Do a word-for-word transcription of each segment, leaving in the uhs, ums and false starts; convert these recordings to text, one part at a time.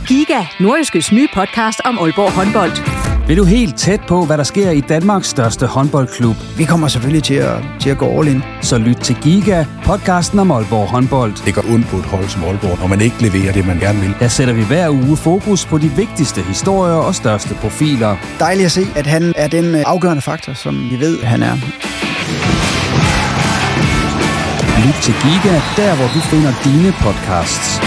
Giga, Nordjyskes nye podcast om Aalborg håndbold. Vil du helt tæt på, hvad der sker i Danmarks største håndboldklub? Vi kommer selvfølgelig til at, til at gå all in. Så lyt til Giga, podcasten om Aalborg håndbold. Det går ondt på et hold som Aalborg, når man ikke leverer det, man gerne vil. Der sætter vi hver uge fokus på de vigtigste historier og største profiler. Dejligt at se, at han er den afgørende faktor, som vi ved, han er. Lyt til Giga, der hvor du finder dine podcasts.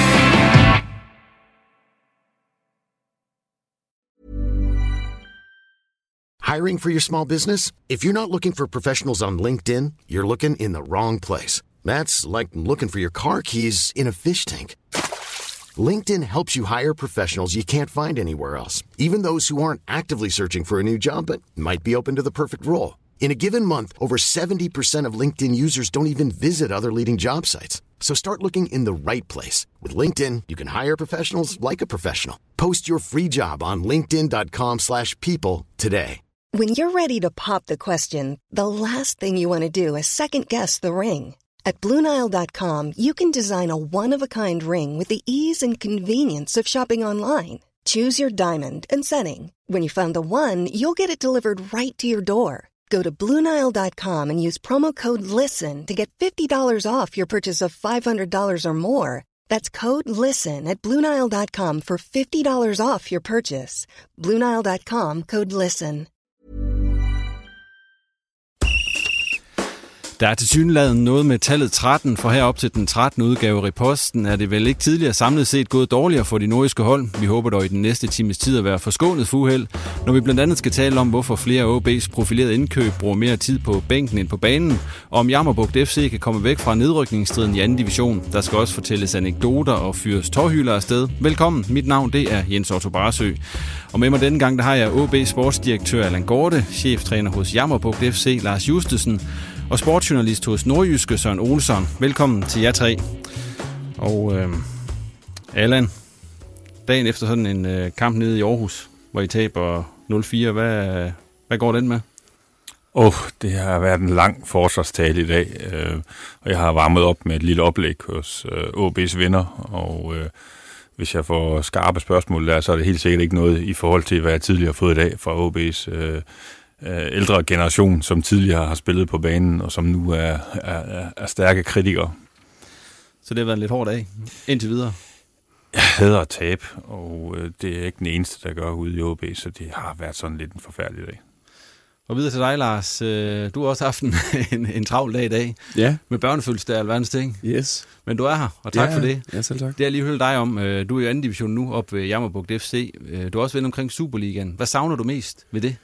Hiring for your small business? If you're not looking for professionals on LinkedIn, you're looking in the wrong place. That's like looking for your car keys in a fish tank. LinkedIn helps you hire professionals you can't find anywhere else, even those who aren't actively searching for a new job but might be open to the perfect role. In a given month, over seventy percent of LinkedIn users don't even visit other leading job sites. So start looking in the right place. With LinkedIn, you can hire professionals like a professional. Post your free job on linkedin dot com slash people today. When you're ready to pop the question, the last thing you want to do is second-guess the ring. At Blue Nile dot com, you can design a one-of-a-kind ring with the ease and convenience of shopping online. Choose your diamond and setting. When you find the one, you'll get it delivered right to your door. Go to Blue Nile dot com and use promo code LISTEN to get fifty dollars off your purchase of five hundred dollars or more. That's code LISTEN at Blue Nile dot com for fifty dollars off your purchase. Blue Nile dot com, code LISTEN. Der er tilsyneladende noget med tallet tretten, for herop til den trettende udgave af Riposten er det vel ikke tidligere samlet set gået dårligere for de nordjyske hold. Vi håber dog i den næste times tid at være forskånet for uheld, når vi blandt andet skal tale om, hvorfor flere af O B's profilerede indkøb bruger mere tid på bænken end på banen, og om Jammerbugt F C kan komme væk fra nedrykningsstriden i anden division. Der skal også fortælles anekdoter og fyres tårhyler afsted. Velkommen, mit navn det er Jens Otto Barsø. Og med mig denne gang der har jeg O B sportsdirektør Allan Gorte, cheftræner hos Jammerbugt F C Lars Justesen, og sportsjournalist hos Nordjyske Søren Olsson. Velkommen til jer tre. Og øh, Allan, dagen efter sådan en øh, kamp nede i Aarhus, hvor I taber nul fire, hvad, hvad går den med? Åh, oh, det har været en lang forsvarstale i dag, øh, og jeg har varmet op med et lille oplæg hos øh, O B's venner, og øh, hvis jeg får skarpe spørgsmål der, så er det helt sikkert ikke noget i forhold til, hvad jeg tidligere har fået i dag fra O B's øh, ældre generation, som tidligere har spillet på banen, og som nu er, er, er stærke kritikere. Så det har været en lidt hård dag, indtil videre? Jeg hader at tabe, og øh, det er ikke den eneste, der gør ude i O B, så det har været sådan lidt en forfærdelig dag. Og videre til dig, Lars. Du har også haft en, en, en travl dag i dag. Ja. Med børnefødselsdag og alverdens ting. Yes. Men du er her, og tak ja, for det. Ja, selv tak. Det har jeg lige hørt dig om. Du er i anden division nu, op ved Jammerbugt F C. Du har også været omkring Superligaen. Hvad savner du mest ved det?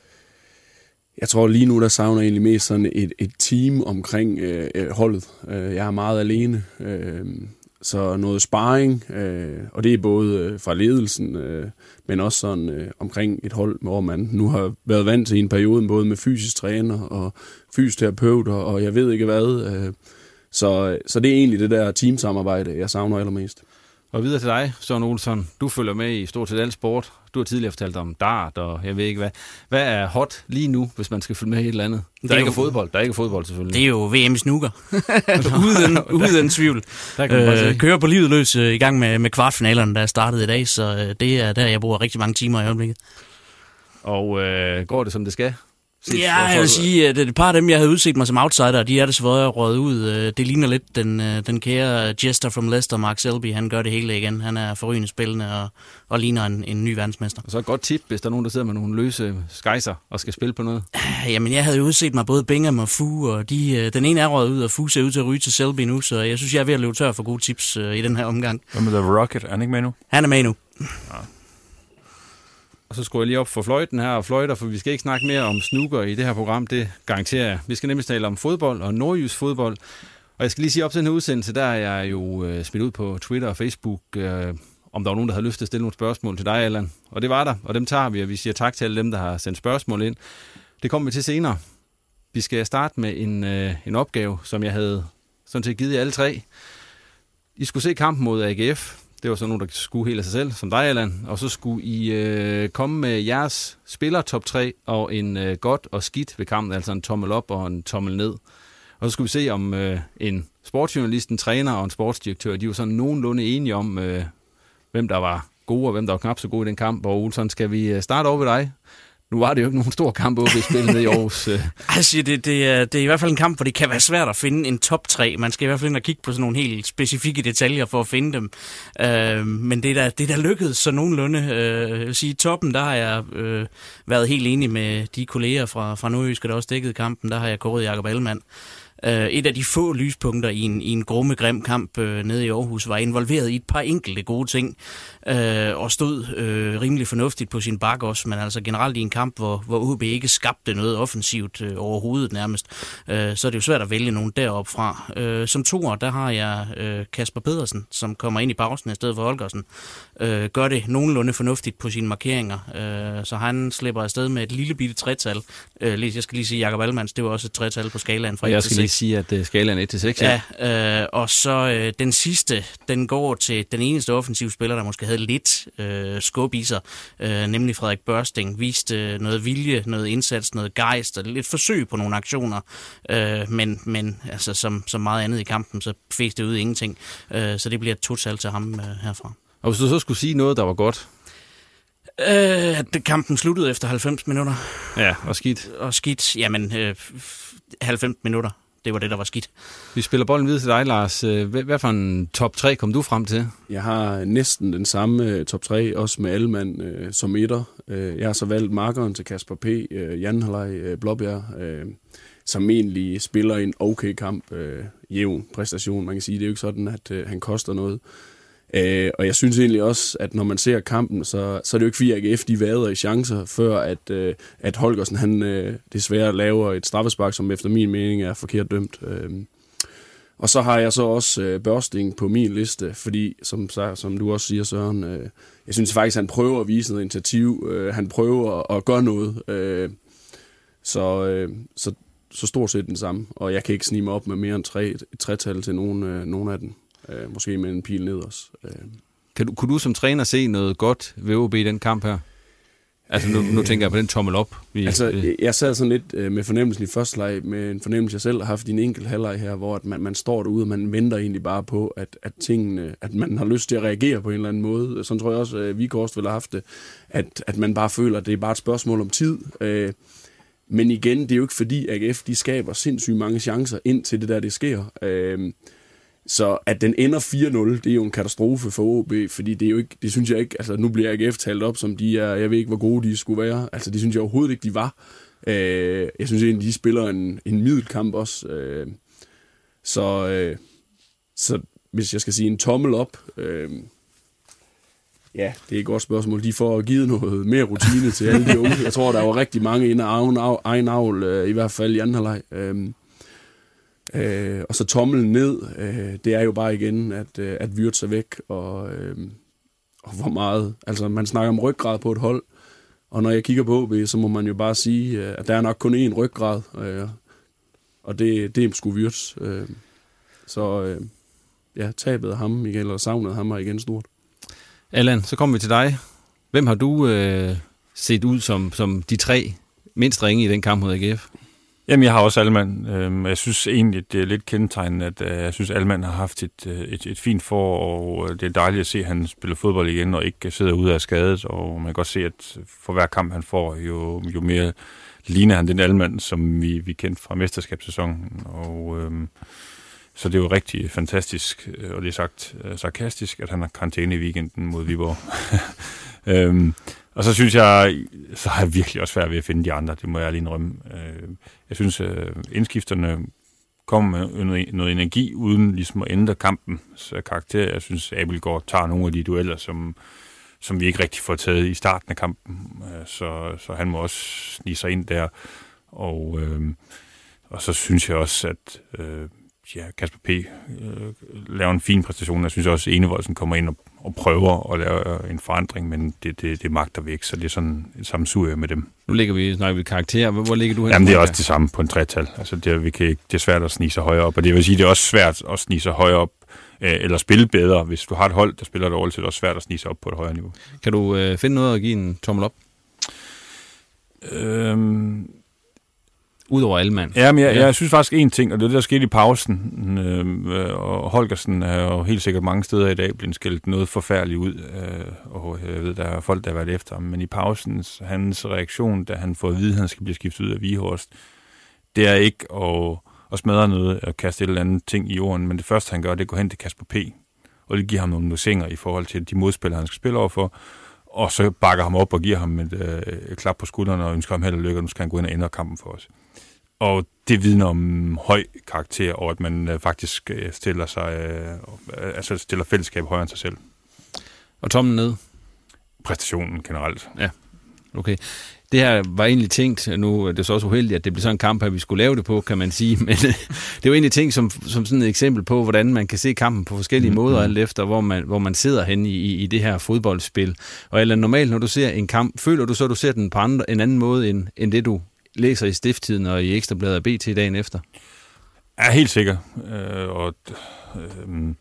Jeg tror lige nu, der savner jeg egentlig mest sådan et, et team omkring øh, holdet. Jeg er meget alene, øh, så noget sparring, øh, og det er både fra ledelsen, øh, men også sådan øh, omkring et hold, hvor man nu har været vant til en periode, både med fysisk træner og fysioterapeuter, og jeg ved ikke hvad. Øh, så, så det er egentlig det der teamsamarbejde, jeg savner allermest. Og videre til dig, Søren Olsson. Du følger med i stort set al sport. Du har tidligere fortalt om dart, og jeg ved ikke hvad. Hvad er hot lige nu, hvis man skal følge med i et eller andet? Der er, er ikke jo, fodbold. Der er ikke fodbold, selvfølgelig. Det er jo V M i snooker. uden, uden tvivl. Der kan man øh, kører på livet løs øh, i gang med, med kvartfinalerne, der er startet i dag, så øh, det er der, jeg bruger rigtig mange timer i øjeblikket. Og øh, går det, som det skal? Ja, jeg vil sige, at et par af dem, jeg havde udset mig som outsider, de er desværre røget ud. Det ligner lidt den, den kære Jester from Leicester, Mark Selby. Han gør det hele igen. Han er forrygende spillende og, og ligner en, en ny verdensmester. Og så et godt tip, hvis der er nogen, der sidder med nogle løse skejser og skal spille på noget. Jamen, jeg havde jo udset mig både Bingham og Fu, og de, den ene er røget ud, og Fu ser ud til at ryge til Selby nu, så jeg synes, jeg er ved at løbe tør for gode tips uh, i den her omgang. Hvad med The Rocket? Er han ikke med nu? Han er med nu. Ja. Og så skruer jeg lige op for fløjten her og fløjter, for vi skal ikke snakke mere om snooker i det her program, det garanterer jeg. Vi skal nemlig tale om fodbold og nordjysk fodbold. Og jeg skal lige sige op til den her udsendelse, der er jeg jo øh, smidt ud på Twitter og Facebook, øh, om der var nogen, der havde lyst til at stille nogle spørgsmål til dig, Allan. Og det var der, og dem tager vi, og vi siger tak til alle dem, der har sendt spørgsmål ind. Det kommer vi til senere. Vi skal starte med en, øh, en opgave, som jeg havde sådan set givet jer alle tre. I skulle se kampen mod A G F. Det var så nogen, der skulle helt af sig selv, som dig, Allan. Og så skulle I øh, komme med jeres spiller top tre og en øh, godt og skidt ved kampen, altså en tommel op og en tommel ned. Og så skulle vi se, om øh, en sportsjournalist, en træner og en sportsdirektør, de var sådan nogenlunde enige om, øh, hvem der var gode, og hvem der var knap så gode i den kamp. Og Olsson, skal vi starte over ved dig? Nu var det jo ikke nogen stor kamp over ved spillet i Aarhus. Altså, det, det, er, det er i hvert fald en kamp, hvor det kan være svært at finde en top tre. Man skal i hvert fald ind og kigge på sådan nogle helt specifikke detaljer for at finde dem. Øh, men det er da, det er da lykkedes så nogenlunde. Øh, jeg vil sige, toppen, der har jeg øh, været helt enig med de kolleger fra, fra Nordjyske, der også dækkede kampen. Der har jeg kåret Jakob Ellemann. Et af de få lyspunkter i en, i en grumme, grim kamp øh, nede i Aarhus, var involveret i et par enkelte gode ting, øh, og stod øh, rimelig fornuftigt på sin bakke også, men altså generelt i en kamp, hvor, hvor O B ikke skabte noget offensivt øh, overhovedet nærmest, øh, så er det jo svært at vælge nogen deroppe fra. Øh, som toer, der har jeg øh, Kasper Pedersen, som kommer ind i pausen i stedet for Holgersen, øh, gør det nogenlunde fornuftigt på sine markeringer, øh, så han slipper afsted med et lille bitte tretal. Øh, jeg skal lige sige, Jakob Ellemanns, det var også et tretal på skalaen fra et til seks. Sige, at uh, skalaen er et til seks, ja. ja øh, og så øh, den sidste, den går til den eneste offensive spiller, der måske havde lidt øh, skub i sig, øh, nemlig Frederik Børsting. Viste øh, noget vilje, noget indsats, noget gejst og lidt forsøg på nogle aktioner, øh, men, men altså, som, som meget andet i kampen, så fæs det ud i ingenting. Øh, så det bliver et total til ham øh, herfra. Og hvis du så skulle sige noget, der var godt? Øh, at kampen sluttede efter halvfems minutter. Ja, og skidt. Og skidt, jamen øh, halvfems minutter. Det var det, der var skidt. Vi spiller bolden videre til dig, Lars. Hvad for en top tre kom du frem til? Jeg har næsten den samme top tre, også med Ellemann øh, som etter. Jeg har så valgt markeren til Kasper P., øh, Jan Halaj øh, Blåbjerg, øh, som egentlig spiller en okay kamp. Øh, jævn præstation, man kan sige. Det er jo ikke sådan, at øh, han koster noget. Øh, og jeg synes egentlig også, at når man ser kampen, så, så er det jo ikke fordi A G F de vader i chancer, før at, øh, at Holgersen han øh, desværre laver et straffespark, som efter min mening er forkert dømt. Øh, og så har jeg så også øh, Børsting på min liste, fordi, som, som du også siger, Søren, øh, jeg synes faktisk, han prøver at vise noget initiativ. Øh, han prøver at, at gøre noget. Øh, så, øh, så, så stort set den samme. Og jeg kan ikke snige mig op med mere end tre, et tretal til nogen, øh, nogen af dem. Øh, måske med en pil ned også. Øh. Kan du, kunne du som træner se noget godt ved O B i den kamp her? Altså nu, nu tænker jeg på den tommel op. Vi, altså øh. jeg sad sådan lidt øh, med fornemmelsen i første leg, med en fornemmelse jeg selv har haft i en enkelt halvleg her, hvor at man, man står derude, og man venter egentlig bare på, at, at tingene, at man har lyst til at reagere på en eller anden måde. Sådan tror jeg også, at Vikhorst ville have haft det, at, at man bare føler, at det er bare et spørgsmål om tid. Øh, men igen, det er jo ikke fordi A G F, de skaber sindssygt mange chancer ind til det der, det sker. Øh, Så at den ender fire nul, det er jo en katastrofe for O B, fordi det er jo ikke, det synes jeg ikke, altså nu bliver A G F talt op, som de er, jeg ved ikke, hvor gode de skulle være, altså det synes jeg overhovedet ikke, de var. Øh, jeg synes egentlig, de spiller en, en middelkamp også. Øh, så, øh, så hvis jeg skal sige en tommel op, øh, ja, det er et godt spørgsmål. De får givet noget mere rutine til alle de unge. Jeg tror, der var rigtig mange inde af egen avl, øh, i hvert fald i anden halvleg. Øh, Øh, og så tommelen ned, øh, det er jo bare igen, at, øh, at Wirtz er væk, og, øh, og hvor meget, altså man snakker om ryggrad på et hold, og når jeg kigger på O B, så må man jo bare sige, øh, at der er nok kun én ryggrad, øh, og det, det er sgu Wirtz. Øh, så øh, ja, tabet af ham, Michael, eller savnet ham er igen stort. Allan, så kommer vi til dig. Hvem har du øh, set ud som, som de tre mindst ringe i den kamp mod A G F? Jamen, jeg har også Ellemann. Jeg synes egentlig, det er lidt kendetegnende, at jeg synes, Ellemann har haft et, et, et fint forår, og det er dejligt at se, at han spiller fodbold igen, og ikke sidder ude af skadet, og man kan godt se, at for hver kamp, han får, jo, jo mere ligner han den Ellemann, som vi, vi kendte fra mesterskabssæsonen, og øhm, så det er jo rigtig fantastisk, og det er sagt øh, sarkastisk, at han har karantæne i weekenden mod Viborg. øhm, Og så synes jeg, så har jeg virkelig også svært ved at finde de andre, det må jeg lige indrømme. Jeg synes, indskifterne kommer med noget energi, uden ligesom at ændre kampens karakter. Jeg synes, Abelgaard tager nogle af de dueller, som, som vi ikke rigtig får taget i starten af kampen. Så, så han må også snige sig ind der. Og, øh, og så synes jeg også, at øh, ja, Kasper P. Øh, laver en fin præstation. Jeg synes også, at Enevoldsen kommer ind og, og prøver at lave en forandring, men det, det, det magter vi ikke, så det er sådan et sammensurium med dem. Nu ligger vi snakker vi karakter. Hvor, hvor ligger du hen? Jamen, det er også det samme på en tretal. Altså, det, er, vi kan ikke, det er svært at snige sig højere op, og det vil sige, det er også svært at snige sig højere op, øh, eller spille bedre. Hvis du har et hold, der spiller dårligt, så er det også svært at snige sig op på et højere niveau. Kan du øh, finde noget at give en tommel op? Øhm Udover Allemand. Ja, men jeg, ja. jeg synes faktisk en ting, og det er det, der skete i pausen, øh, og Holgersen er jo helt sikkert mange steder i dag blevet skældt noget forfærdeligt ud, øh, og jeg ved, der er folk, der har været efter ham, men i pausen, hans reaktion, da han får at vide, at han skal blive skiftet ud af Vihorst, det er ikke at, at smadre noget, at kaste et eller andet ting i jorden, men det første, han gør, det er at gå hen til Kasper P., og det giver ham nogle nuanceringer i forhold til de modspillere, han skal spille overfor, og så bakker ham op og giver ham et, øh, et klap på skuldrene og ønsker ham held og lykke, og nu skal han gå ind og ændre kampen for os. Og det vidner om høj karakter, og at man øh, faktisk øh, stiller sig, øh, altså stiller fællesskab højere end sig selv. Og tommen ned? Præstationen generelt. Ja, okay. Det her var egentlig tænkt, nu er det så også uheldigt, at det blev sådan en kamp, at vi skulle lave det på, kan man sige, men det var egentlig tænkt som, som sådan et eksempel på, hvordan man kan se kampen på forskellige mm-hmm. måder, alt efter, hvor man, hvor man sidder hen i, i det her fodboldspil. Og eller normalt, når du ser en kamp, føler du så, at du ser den på andre, en anden måde, end, end det du læser i Stifttiden og i Ekstrabladet og B T dagen efter? Jeg er helt sikker. Øh, og, øh,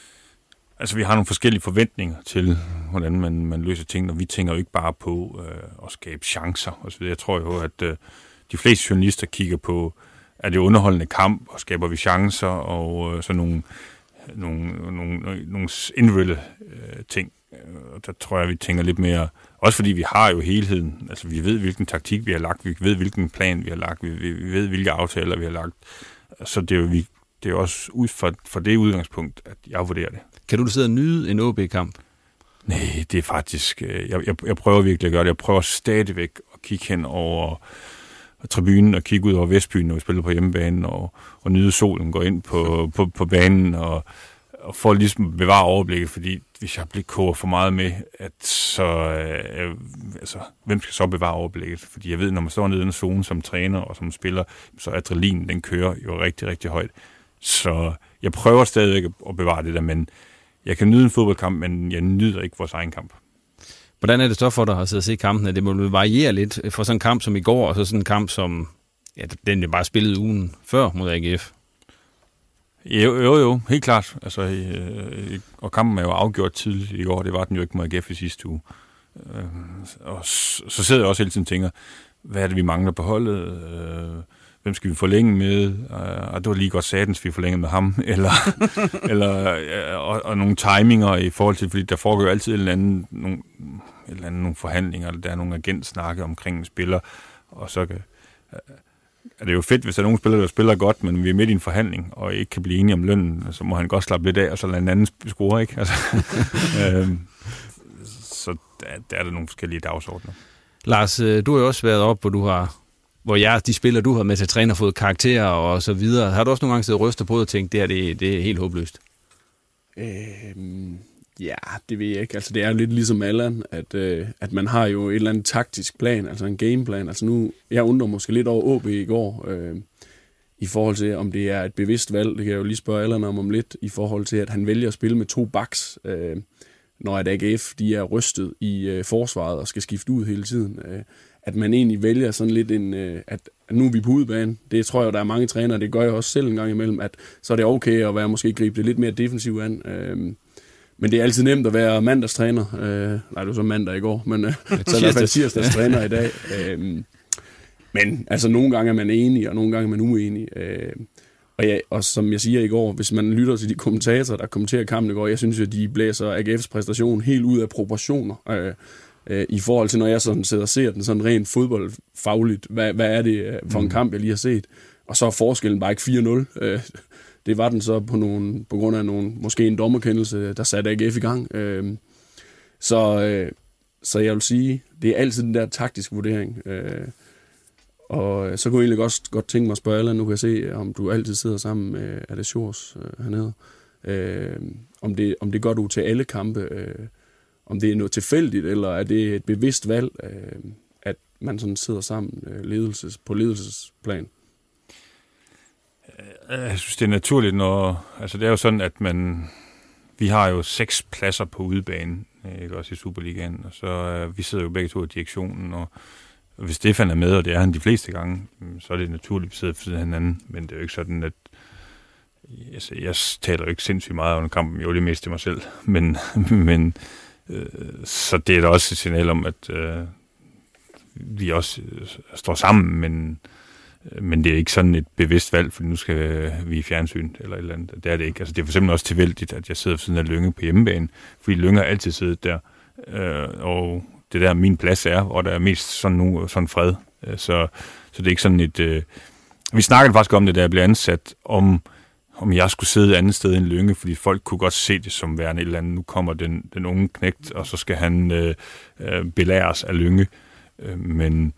altså, vi har nogle forskellige forventninger til, hvordan man, man løser ting, og vi tænker jo ikke bare på øh, at skabe chancer. Og så jeg tror jo, at øh, de fleste journalister kigger på, er det underholdende kamp, og skaber vi chancer, og øh, så nogle, nogle, nogle, nogle individuelle øh, ting. Og der tror jeg, vi tænker lidt mere, også fordi vi har jo helheden, altså vi ved, hvilken taktik vi har lagt, vi ved, hvilken plan vi har lagt, vi, vi ved, hvilke aftaler vi har lagt. Så det er jo, vi, det er jo også ud fra, fra det udgangspunkt, at jeg vurderer det. Kan du sidde og nyde en O B-kamp? Nej, det er faktisk, jeg, jeg, jeg prøver virkelig at gøre det. Jeg prøver stadigvæk at kigge hen over tribunen og kigge ud over Vestbyen, når vi spiller på hjemmebane, og, og nyde solen, gå ind på, på, på banen, og og for ligesom at bevare overblikket, fordi hvis jeg bliver koger for meget med, at så, øh, altså, hvem skal så bevare overblikket? Fordi jeg ved, når man står nede i den zone som træner og som spiller, så adrenalin, den kører jo rigtig, rigtig højt. Så jeg prøver stadigvæk at bevare det der, men jeg kan nyde en fodboldkamp, men jeg nyder ikke vores egen kamp. Hvordan er det så for dig at sidde og se kampen? Det må variere lidt for sådan en kamp som i går, og så sådan en kamp som, ja, den jeg bare spillede ugen før mod A G F. Jo, jo, jo, helt klart. Altså, øh, og kampen er jo afgjort tidligt i går. Det var den jo ikke mod A G F i sidste uge. Øh, og så, så sidder jeg også hele tiden og tænker, hvad er det, vi mangler på holdet? Øh, hvem skal vi forlænge med? Øh, og det var lige godt satans, vi forlængede med ham. Eller, eller, øh, og, og nogle timinger i forhold til, fordi der foregår jo altid et eller andet, nogle, et eller andet, nogle forhandlinger, eller der er nogle agentsnakke omkring en spiller, og så kan... Øh, er det jo fedt, hvis der er nogen spillere, der spiller godt, men vi er midt i en forhandling, og ikke kan blive enige om lønnen, så må han godt slappe lidt af, og så lade en anden score, ikke? Altså, øhm, så der, der er der nogle forskellige dagsordner. Lars, du har jo også været op, hvor du har, hvor jeg, de spillere, du har med til træner, fået karakterer og så videre. Har du også nogle gange siddet og rystet på og tænkt, det her, det, det er helt håbløst? Øhm, ja, det ved jeg ikke. Altså, det er jo lidt ligesom Allan, at, øh, at man har jo et eller andet taktisk plan, altså en gameplan. Altså nu, jeg undrer måske lidt over O B i går, øh, i forhold til, om det er et bevidst valg. Det kan jeg jo lige spørge Allan om om lidt, i forhold til, at han vælger at spille med to backs, øh, når at A G F, de er rystet i øh, forsvaret og skal skifte ud hele tiden. Øh, at man egentlig vælger sådan lidt en, øh, at nu er vi på udebane. Det tror jeg, der er mange trænere, det gør jeg også selv en gang imellem, at så er det okay at være måske gribe det lidt mere defensivt an. Øh, Men det er altid nemt at være mandagstræner. Øh, nej, det var så mandag i går, men øh, så er det i hvert fald tirsdagstræner i dag. Øh, men altså, nogle gange er man enig, og nogle gange er man uenig. Øh, og, ja, og som jeg siger i går, hvis man lytter til de kommentatorer, der kommenterer kampen i går, jeg synes, at de blæser A G F's præstation helt ud af proportioner. Øh, øh, I forhold til, når jeg sådan sidder og ser den sådan rent fodboldfagligt. Hvad, hvad er det for en kamp, jeg lige har set? Og så er forskellen bare ikke fire nul. Øh, Det var den så på, nogle, på grund af nogle, måske en dommerkendelse, der satte A G F i gang. Øh, så, øh, så jeg vil sige, det er altid den der taktiske vurdering. Øh, og så kunne jeg egentlig også godt tænke mig at spørge Allan, nu kan jeg se, om du altid sidder sammen med, er det Sjors øh, hernede, øh, om, det, om det gør du til alle kampe, øh, om det er noget tilfældigt, eller er det et bevidst valg, øh, at man sådan sidder sammen øh, ledelses, på ledelsesplan? Jeg synes, det er naturligt, når... Altså, det er jo sådan, at man... Vi har jo seks pladser på udebanen, ikke også i Superligaen, og så øh, vi sidder jo begge to i direktionen, og, og hvis Stefan er med, og det er han de fleste gange, så er det naturligt, at vi sidder for siden af hinanden, men det er jo ikke sådan, at... Altså, jeg taler jo ikke sindssygt meget under kampen, jo det mest til mig selv, men... men øh, så det er da også et signal om, at øh, vi også øh, står sammen, men... Men det er ikke sådan et bevidst valg, for nu skal vi i fjernsyn eller et eller andet. Det er det ikke. Altså, det er for eksempel også tilfældigt, at jeg sidder ved siden af Lynge på hjemmebane, fordi Lynge har altid siddet der. Øh, og det der min plads er, og der er mest sådan, nu, sådan fred. Øh, så, så det er ikke sådan et... Øh... Vi snakkede faktisk om det, da jeg blev ansat, om, om jeg skulle sidde et andet sted end Lynge, fordi folk kunne godt se det som værende et eller andet. Nu kommer den, den unge knægt, og så skal han øh, øh, belæres af Lynge. Øh, men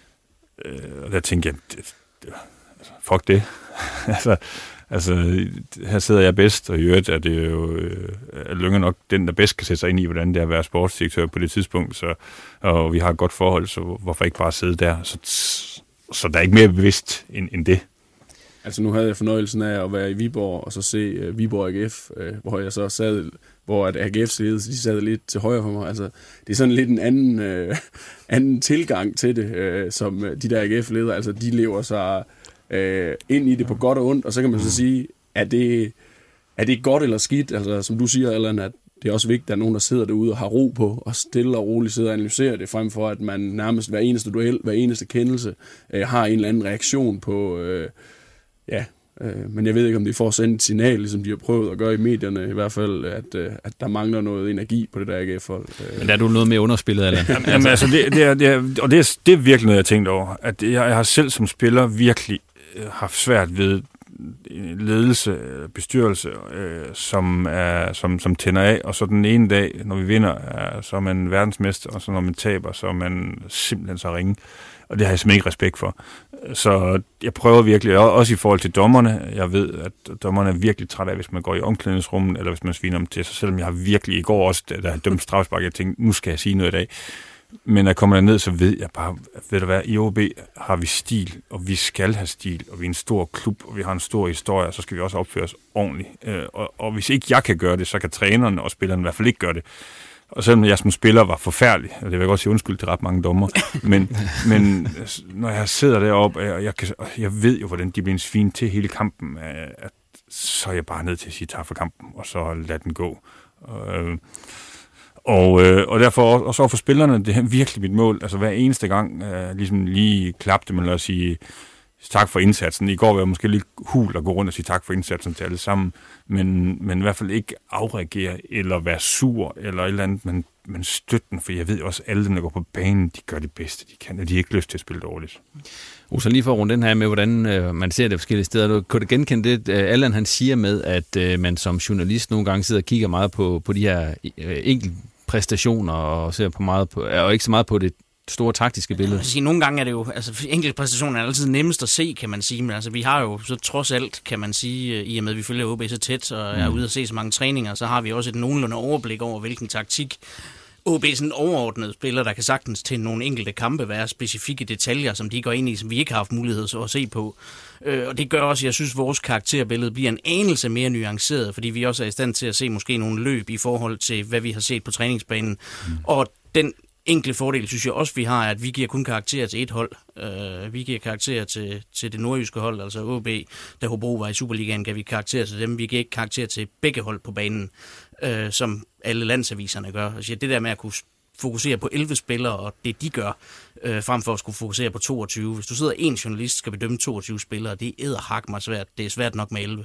øh, der tænkte jeg, det, det, altså, fuck det. altså, altså, her sidder jeg bedst, og i øvrigt er det jo øh, Lynge nok den, der bedst kan sætte sig ind i, hvordan det er at være sportsdirektør på det tidspunkt, så, og vi har et godt forhold, så hvorfor ikke bare sidde der? Så, så der er ikke mere bevidst end, end det. Altså nu havde jeg fornøjelsen af at være i Viborg, og så se uh, Viborg A G F, uh, hvor jeg så sad, hvor at A G F's ledelse, de sad lidt til højre for mig. Altså, det er sådan lidt en anden, uh, anden tilgang til det, uh, som de der A G F-ledere, altså de lever sig uh, ind i det på godt og ondt, og så kan man så sige, er det, er det godt eller skidt? Altså som du siger, Allan, at det er også vigtigt, at der er nogen, der sidder derude og har ro på, og stille og roligt sidder og analyserer det, frem for at man nærmest hver eneste duel, hver eneste kendelse, uh, har en eller anden reaktion på... Uh, Ja, øh, men jeg ved ikke, om de får sendt et signal, ligesom de har prøvet at gøre i medierne, i hvert fald, at, øh, at der mangler noget energi på det der A G F-hold. Men der er du noget mere underspillet, eller? Jamen, jamen, altså, det, det er, det er, og det er, det er virkelig noget, jeg har tænkt over. At jeg, jeg har selv som spiller virkelig øh, haft svært ved ledelse, bestyrelse, øh, som, er, som, som tænder af, og så den ene dag, når vi vinder, er, så er man verdensmester, og så når man taber, så er man simpelthen så ringe. Og det har jeg simpelthen ikke respekt for. Så jeg prøver virkelig, også i forhold til dommerne, jeg ved, at dommerne er virkelig træt af, hvis man går i omklædningsrummet, eller hvis man sviner dem til sig, selvom jeg har virkelig i går også, da jeg har dømt strafspark, jeg tænkte, nu skal jeg sige noget i dag. Men når jeg kommer derned, så ved jeg bare, ved du hvad, i O B har vi stil, og vi skal have stil, og vi er en stor klub, og vi har en stor historie, og så skal vi også opføre os ordentligt. Og, og hvis ikke jeg kan gøre det, så kan trænerne og spillerne i hvert fald ikke gøre det. Og selvom jeg som spiller var forfærdelig, og det vil jeg godt sige undskyld til ret mange dommer, men, men når jeg sidder deroppe, og jeg, kan, jeg ved jo, hvordan de bliver svin til hele kampen, at, så er jeg bare nødt til at sige tak for kampen, og så lad den gå. Og, og, og derfor, og så for spillerne, det er virkelig mit mål, altså hver eneste gang, ligesom lige klappe dem, eller sige tak for indsatsen. I går var jeg måske lidt hul at gå rundt og sige tak for indsatsen til alle sammen, men, men i hvert fald ikke afreagere, eller være sur, eller et eller andet, men, men støtte den, for jeg ved også, at alle dem, der går på banen, de gør det bedste, de kan, og de har ikke lyst til at spille dårligt. Osa, lige for at runde den her med, hvordan øh, man ser det forskellige steder. Kan du genkende det, øh, Allan han siger med, at øh, man som journalist nogle gange sidder og kigger meget på, på de her øh, enkelte præstationer, og ser på meget på, og ikke så meget på det store taktiske billede. Jeg sige, nogle gange er det jo, altså enkelte præstationer er altid nemmest at se, kan man sige, men altså vi har jo så trods alt, kan man sige, i og med at vi følger O B så tæt, og er ude at se så mange træninger, så har vi også et nogenlunde overblik over, hvilken taktik O B er sådan en overordnet spiller, der kan sagtens til nogle enkelte kampe være specifikke detaljer, som de går ind i, som vi ikke har haft mulighed så at se på. Øh, og det gør også, at jeg synes, at vores karakterbillede bliver en anelse mere nuanceret, fordi vi også er i stand til at se måske nogle løb i forhold til, hvad vi har set på træningsbanen. Mm. Og den enkle fordel, synes jeg også, vi har, at vi giver kun karakterer til et hold. Uh, vi giver karakterer til, til det nordjyske hold, altså O B. Da Hobro var i Superligaen, gav vi karakterer til dem. Vi giver ikke karakterer til begge hold på banen, uh, som alle landsaviserne gør. Altså, det der med at kunne fokusere på elleve spillere, og det de gør, uh, frem for at skulle fokusere på toogtyve. Hvis du sidder en journalist, skal bedømme toogtyve spillere, det er edderhak mig svært. Det er svært nok med elleve.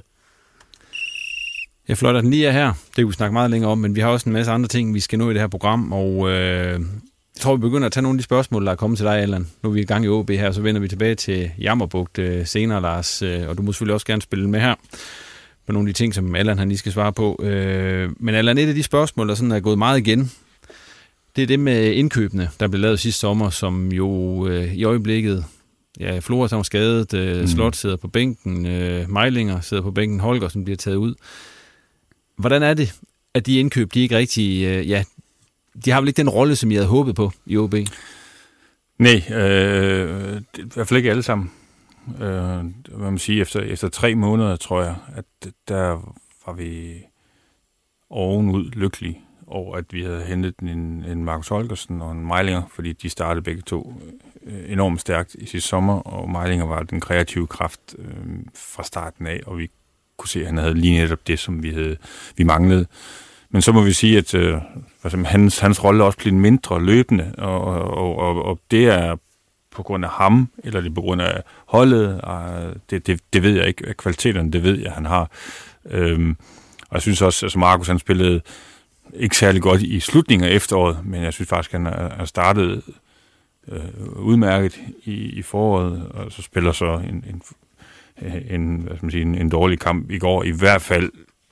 Jeg flot, at den lige er her. Det kan vi snakke meget længere om, men vi har også en masse andre ting, vi skal nå i det her program, og øh, jeg tror, vi begynder at tage nogle af de spørgsmål, der er kommet til dig, Allan. Nu er vi i gang i O B her, så vender vi tilbage til Jammerbugt øh, senere, Lars, øh, og du må selvfølgelig også gerne spille med her på nogle af de ting, som Allan han lige skal svare på. Øh, men Allan, et af de spørgsmål, der sådan er gået meget igen, det er det med indkøbene, der blev lavet sidste sommer, som jo øh, i øjeblikket, ja, Flora som er skadet, øh, mm. Slot sidder på bænken, øh, Meilinger sidder på bænken, Holger som bliver taget ud. Hvordan er det, at de indkøb, de ikke rigtig, øh, ja, de har vel ikke den rolle, som I havde håbet på i O B? Nej, øh, i hvert fald ikke alle sammen. Øh, hvad man siger, efter, efter tre måneder, tror jeg, at der var vi ovenud lykkelige over, at vi havde hentet en, en Markus Holgersen og en Meilinger, fordi de startede begge to øh, enormt stærkt i sidste sommer, og Meilinger var den kreative kraft øh, fra starten af, og vi kunne se, at han havde lige netop det, som vi havde vi manglede. Men så må vi sige, at øh, hans, hans rolle også blev mindre løbende, og, og, og, og det er på grund af ham, eller det er på grund af holdet. Det, det, det ved jeg ikke. Kvaliteterne, det ved jeg, han har. Øhm, og jeg synes også, at altså Markus, han spillede ikke særlig godt i slutningen af efteråret, men jeg synes faktisk, han har startet øh, udmærket i, i foråret, og så spiller så en, en, en, hvad skal man sige, en, en dårlig kamp i går, i hvert fald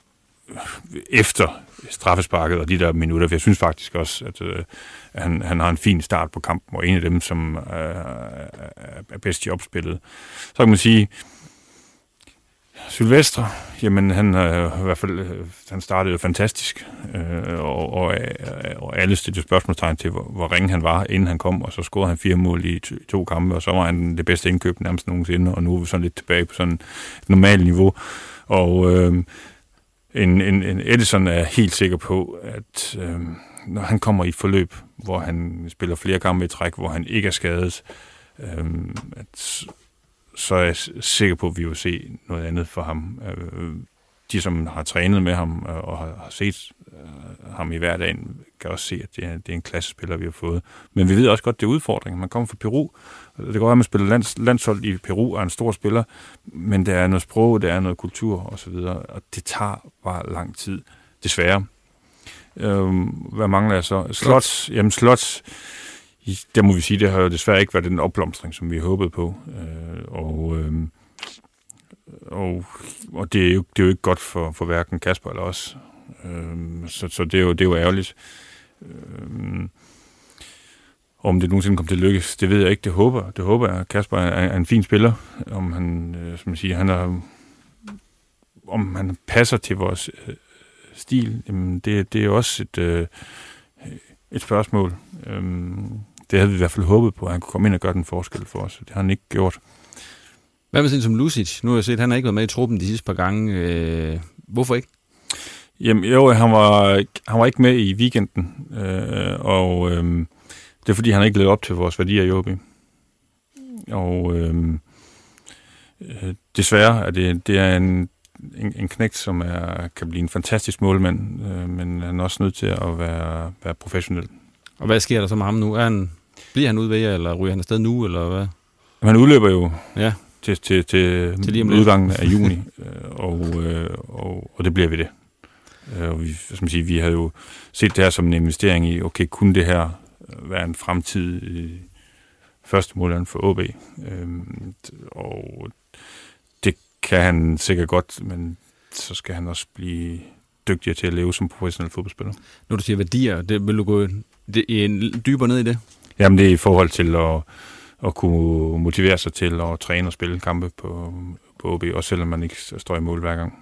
efter straffesparket og de der minutter, for jeg synes faktisk også, at øh, han, han har en fin start på kampen, og en af dem, som øh, er bedst i opspillet. Så kan man sige, Sylvestre, jamen han øh, i hvert fald, øh, han startede jo fantastisk, øh, og, og, og alle stillede spørgsmålstegn til, hvor, hvor ringe han var, inden han kom, og så scorede han fire mål i to, to kampe, og så var han det bedste indkøb nærmest nogensinde, og nu er vi sådan lidt tilbage på sådan et normalt niveau, og øh, En, en, en Edison er helt sikker på, at øh, når han kommer i et forløb, hvor han spiller flere kampe i træk, hvor han ikke er skadet, øh, at, så er jeg sikker på, at vi vil se noget andet for ham. Øh, de, som har trænet med ham og har, har set øh, ham i hverdagen, kan også se, at det er, det er en klassespiller, vi har fået. Men vi ved også godt, det er udfordringen. Man kommer fra Peru. Det kan godt være, at man spiller lands, landshold i Peru og er en stor spiller, men der er noget sprog, der er noget kultur osv., og det tager bare lang tid, desværre. Øhm, hvad mangler jeg så? Slots. Jamen Slots, der må vi sige, det har jo desværre ikke været den opblomstring, som vi håbede på. Øh, og, øh, og, og det, er jo, det er jo ikke godt for, for hverken Kasper eller os. Øh, så så det, er jo, det er jo ærgerligt. Øh, Om det nogensinde kommer til at lykkes, det ved jeg ikke. Det håber, det håber jeg. Kasper er, er en fin spiller. Om han, øh, som man siger, han er, om han passer til vores øh, stil, jamen det, det er også et, øh, et spørgsmål. Øhm, det havde vi i hvert fald håbet på, at han kunne komme ind og gøre den forskel for os. Det har han ikke gjort. Hvad med sådan som Lucic? Nu har jeg set, at han har ikke været med i truppen de sidste par gange. Øh, hvorfor ikke? Jamen jo, han var, han var ikke med i weekenden, øh, og øh, det er fordi, han ikke levede op til vores værdier i O B. Og øh, øh, desværre er det, det er en, en, en knægt, som er, kan blive en fantastisk målmand, øh, men han er også nødt til at være, være professionel. Og hvad sker der så med ham nu? Er han, bliver han ude ved jer, eller ryger han afsted nu, eller hvad? Han udløber jo ja. til, til, til, til udgangen af juni, og, og, og det bliver vi det. Og vi, hvad skal man sige, vi havde jo set det her som en investering i, okay, kunne det her være en fremtid i første målland for O B? Øhm, og det kan han sikkert godt, men så skal han også blive dygtigere til at leve som professionel fodboldspiller. Når du siger værdier, det, vil du gå det, en, dybere ned i det? Jamen det er i forhold til at, at kunne motivere sig til at træne og spille kampe på, på O B, også selvom man ikke står i mål hver gang.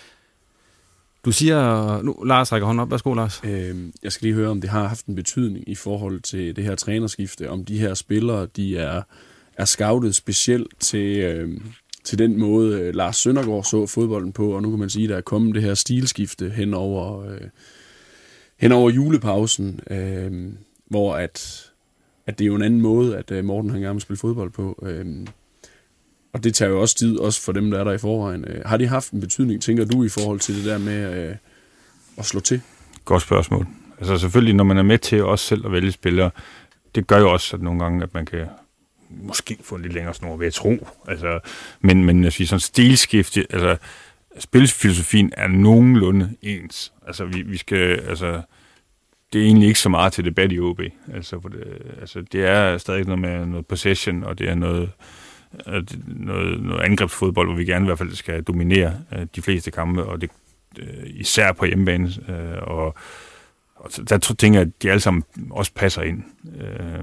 Du siger, nu Lars rækker hånden op. Værsgo, Lars. Øh, jeg skal lige høre, om det har haft en betydning i forhold til det her trænerskifte, om de her spillere, de er, er scoutet specielt til, øh, til den måde, øh, Lars Søndergaard så fodbolden på, og nu kan man sige, der er kommet det her stilskifte hen over, øh, hen over julepausen, øh, hvor at, at det er jo en anden måde, at øh, Morten han gerne vil spille fodbold på. Øh, Og det tager jo også tid, også for dem, der er der i forvejen. Har de haft en betydning, tænker du, i forhold til det der med øh, at slå til? Godt spørgsmål. Altså selvfølgelig, når man er med til også selv at vælge spillere, det gør jo også at nogle gange, at man kan måske få en lidt længere snor ved at tro. Altså, men, men jeg siger sådan stilskifte, altså spilfilosofien er nogenlunde ens. Altså vi, vi skal, altså det er egentlig ikke så meget til debat i O B. Altså, for det, altså det er stadig noget med noget possession, og det er noget Noget, noget angrebsfodbold, hvor vi gerne i hvert fald skal dominere øh, de fleste kampe, og det øh, især på hjemmebane. Øh, og, og der tænker jeg, at de alle sammen også passer ind. Øh,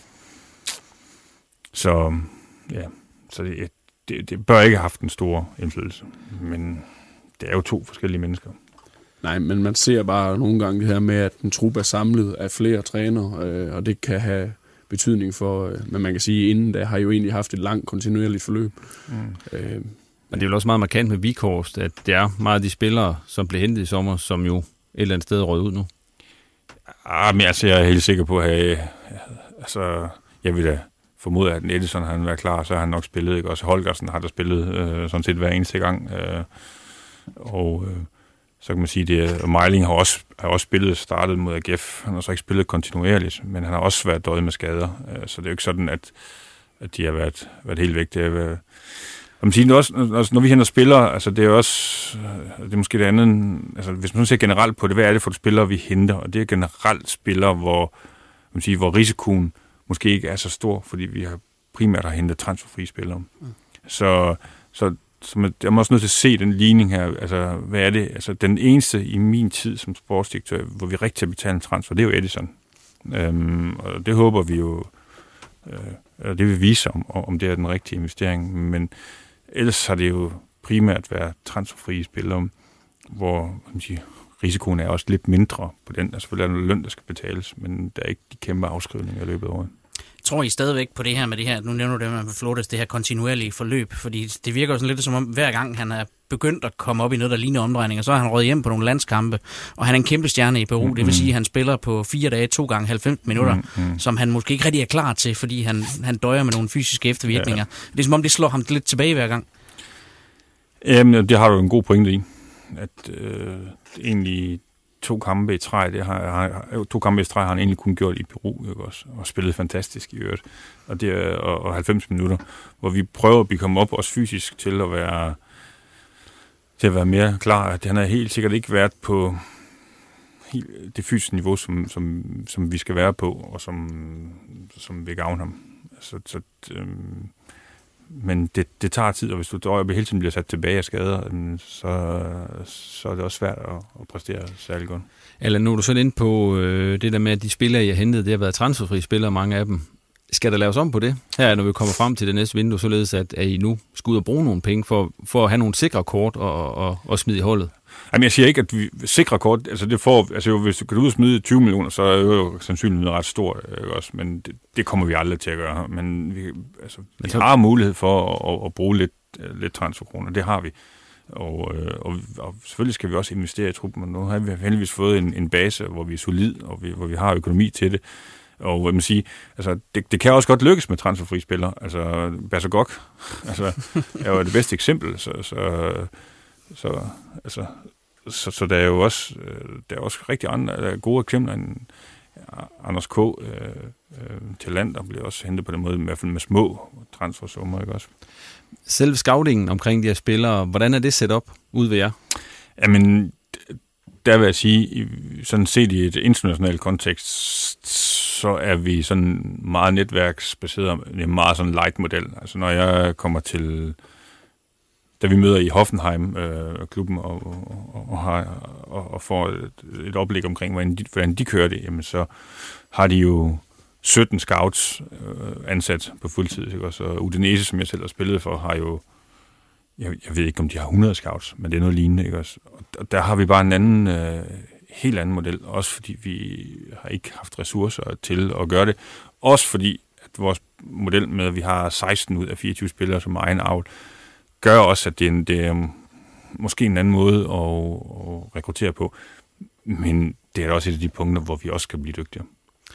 så ja, så det, det, det bør ikke have haft en stor indflydelse, men det er jo to forskellige mennesker. Nej, men man ser bare nogle gange det her med, at en trup er samlet af flere trænere, øh, og det kan have betydning for, men man kan sige, inden da har jo egentlig haft et langt, kontinuerligt forløb. Mm. Øh, men det er jo også meget markant med Vikhorst, at det er meget af de spillere, som blev hentet i sommer, som jo et eller andet sted rød ud nu. Ah, men altså, jeg er helt sikker på, at jeg, altså, jeg vil da formode, at Edison har han været klar, så har han nok spillet, ikke? Også Holgersen har der spillet øh, sådan set hver eneste gang. Øh, og øh, så kan man sige, at Meiling har også, har også spillet startet mod A G F. Han har så ikke spillet kontinuerligt, men han har også været døjet med skader. Så det er jo ikke sådan, at, at de har været, været helt væk. Det er været, man siger, også, når vi henter spillere, altså det er også, det er måske det andet, altså hvis man ser generelt på det, hvad er det for spillere, vi henter? Og det er generelt spillere, hvor, man siger, hvor risikoen måske ikke er så stor, fordi vi har primært har hentet transferfrie spillere. Mm. Så, så, så man, jeg er også nødt til at se den ligning her, altså hvad er det? Altså den eneste i min tid som sportsdirektør, hvor vi rigtig har betalt en transfer, det er jo Edison. Øhm, og det håber vi jo, øh, det vil vise om, om det er den rigtige investering, men ellers har det jo primært været transferfrie spillere, hvor man siger, risikoen er også lidt mindre på den. Der er selvfølgelig noget løn, der skal betales, men der er ikke de kæmpe afskrivninger i løbet af året. Tror I stadigvæk på det her med det her, nu nævner du det med Flores, det her kontinuerlige forløb, fordi det virker jo sådan lidt som om, hver gang han er begyndt at komme op i noget, der ligner omdrejninger, så har han røget hjem på nogle landskampe, og han er en kæmpe stjerne i Peru. Mm-hmm. Det vil sige, at han spiller på fire dage, to gange halvfems minutter, mm-hmm. som han måske ikke rigtig er klar til, fordi han, han døjer med nogle fysiske eftervirkninger. Ja. Det er som om, det slår ham lidt tilbage hver gang. Jamen, det har du en god pointe i, at øh, egentlig to kampe i træ, det har, har to kampe i træ har han egentlig kun gjort i Peru, ikke også, og spillet fantastisk i øvrigt. Og det er og, og halvfems minutter, hvor vi prøver at komme op også fysisk til at være til at være mere klar. At han har helt sikkert ikke været på helt det fysiske niveau, som, som, som vi skal være på, og som, som vil gavne ham. Så, så øhm, men det, det tager tid, og hvis du døjer hele tiden bliver sat tilbage af skader, så, så er det også svært at, at præstere særlig godt. Eller nu er du så inde på øh, det der med, at de spillere, I har hentet, det har været transferfrie spillere, mange af dem. Skal der laves om på det? Her, når vi kommer frem til det næste vindue, således at, at I nu skal ud og bruge nogle penge for, for at have nogle sikre kort og, og, og smide i hullet? Jamen, jeg siger ikke, at vi sikre kort, altså det får, altså hvis du kan ud og smide tyve millioner, så er jo sandsynligheden ret stor, også, men det, det kommer vi aldrig til at gøre. Men vi, altså, vi har mulighed for at, at, at bruge lidt, lidt transferkroner, det har vi. Og, og, og selvfølgelig skal vi også investere i truppen, men nu har vi heldigvis fået en, en base, hvor vi er solid, og vi, hvor vi har økonomi til det. Og hvad man siger, altså det, det kan også godt lykkes med transferfrie spillere. Altså Basagok, altså er jo det bedste eksempel, så så så altså så, så der er jo også der er også rigtig andre der er gode eksempler end Anders K. Øh, øh, til land, der bliver også hentet på den måde, i hvert fald med små transfersummer, ikke også? Selve scoutingen omkring de her spillere, hvordan er det set op ud ved jer? Jamen, der vil jeg sige, sådan set i et internationalt kontekst, så er vi sådan meget netværksbaseret, en meget sådan light-model. Altså når jeg kommer til, da vi møder i Hoffenheim øh, klubben og, og, og, har, og, og får et, et oplæg omkring, hvordan de, hvordan de kører det, jamen så har de jo sytten scouts øh, ansat på fuldtid. Ikke? Så Udinese, som jeg selv har spillet for, har jo, jeg, jeg ved ikke, om de har hundrede scouts, men det er noget lignende. Ikke? Og der har vi bare en anden, øh, helt anden model, også fordi vi har ikke haft ressourcer til at gøre det. Også fordi, at vores model med, at vi har seksten ud af fireogtyve spillere som egen avl, gør også, at det er, en, det er måske en anden måde at, at rekruttere på. Men det er også et af de punkter, hvor vi også kan blive dygtigere.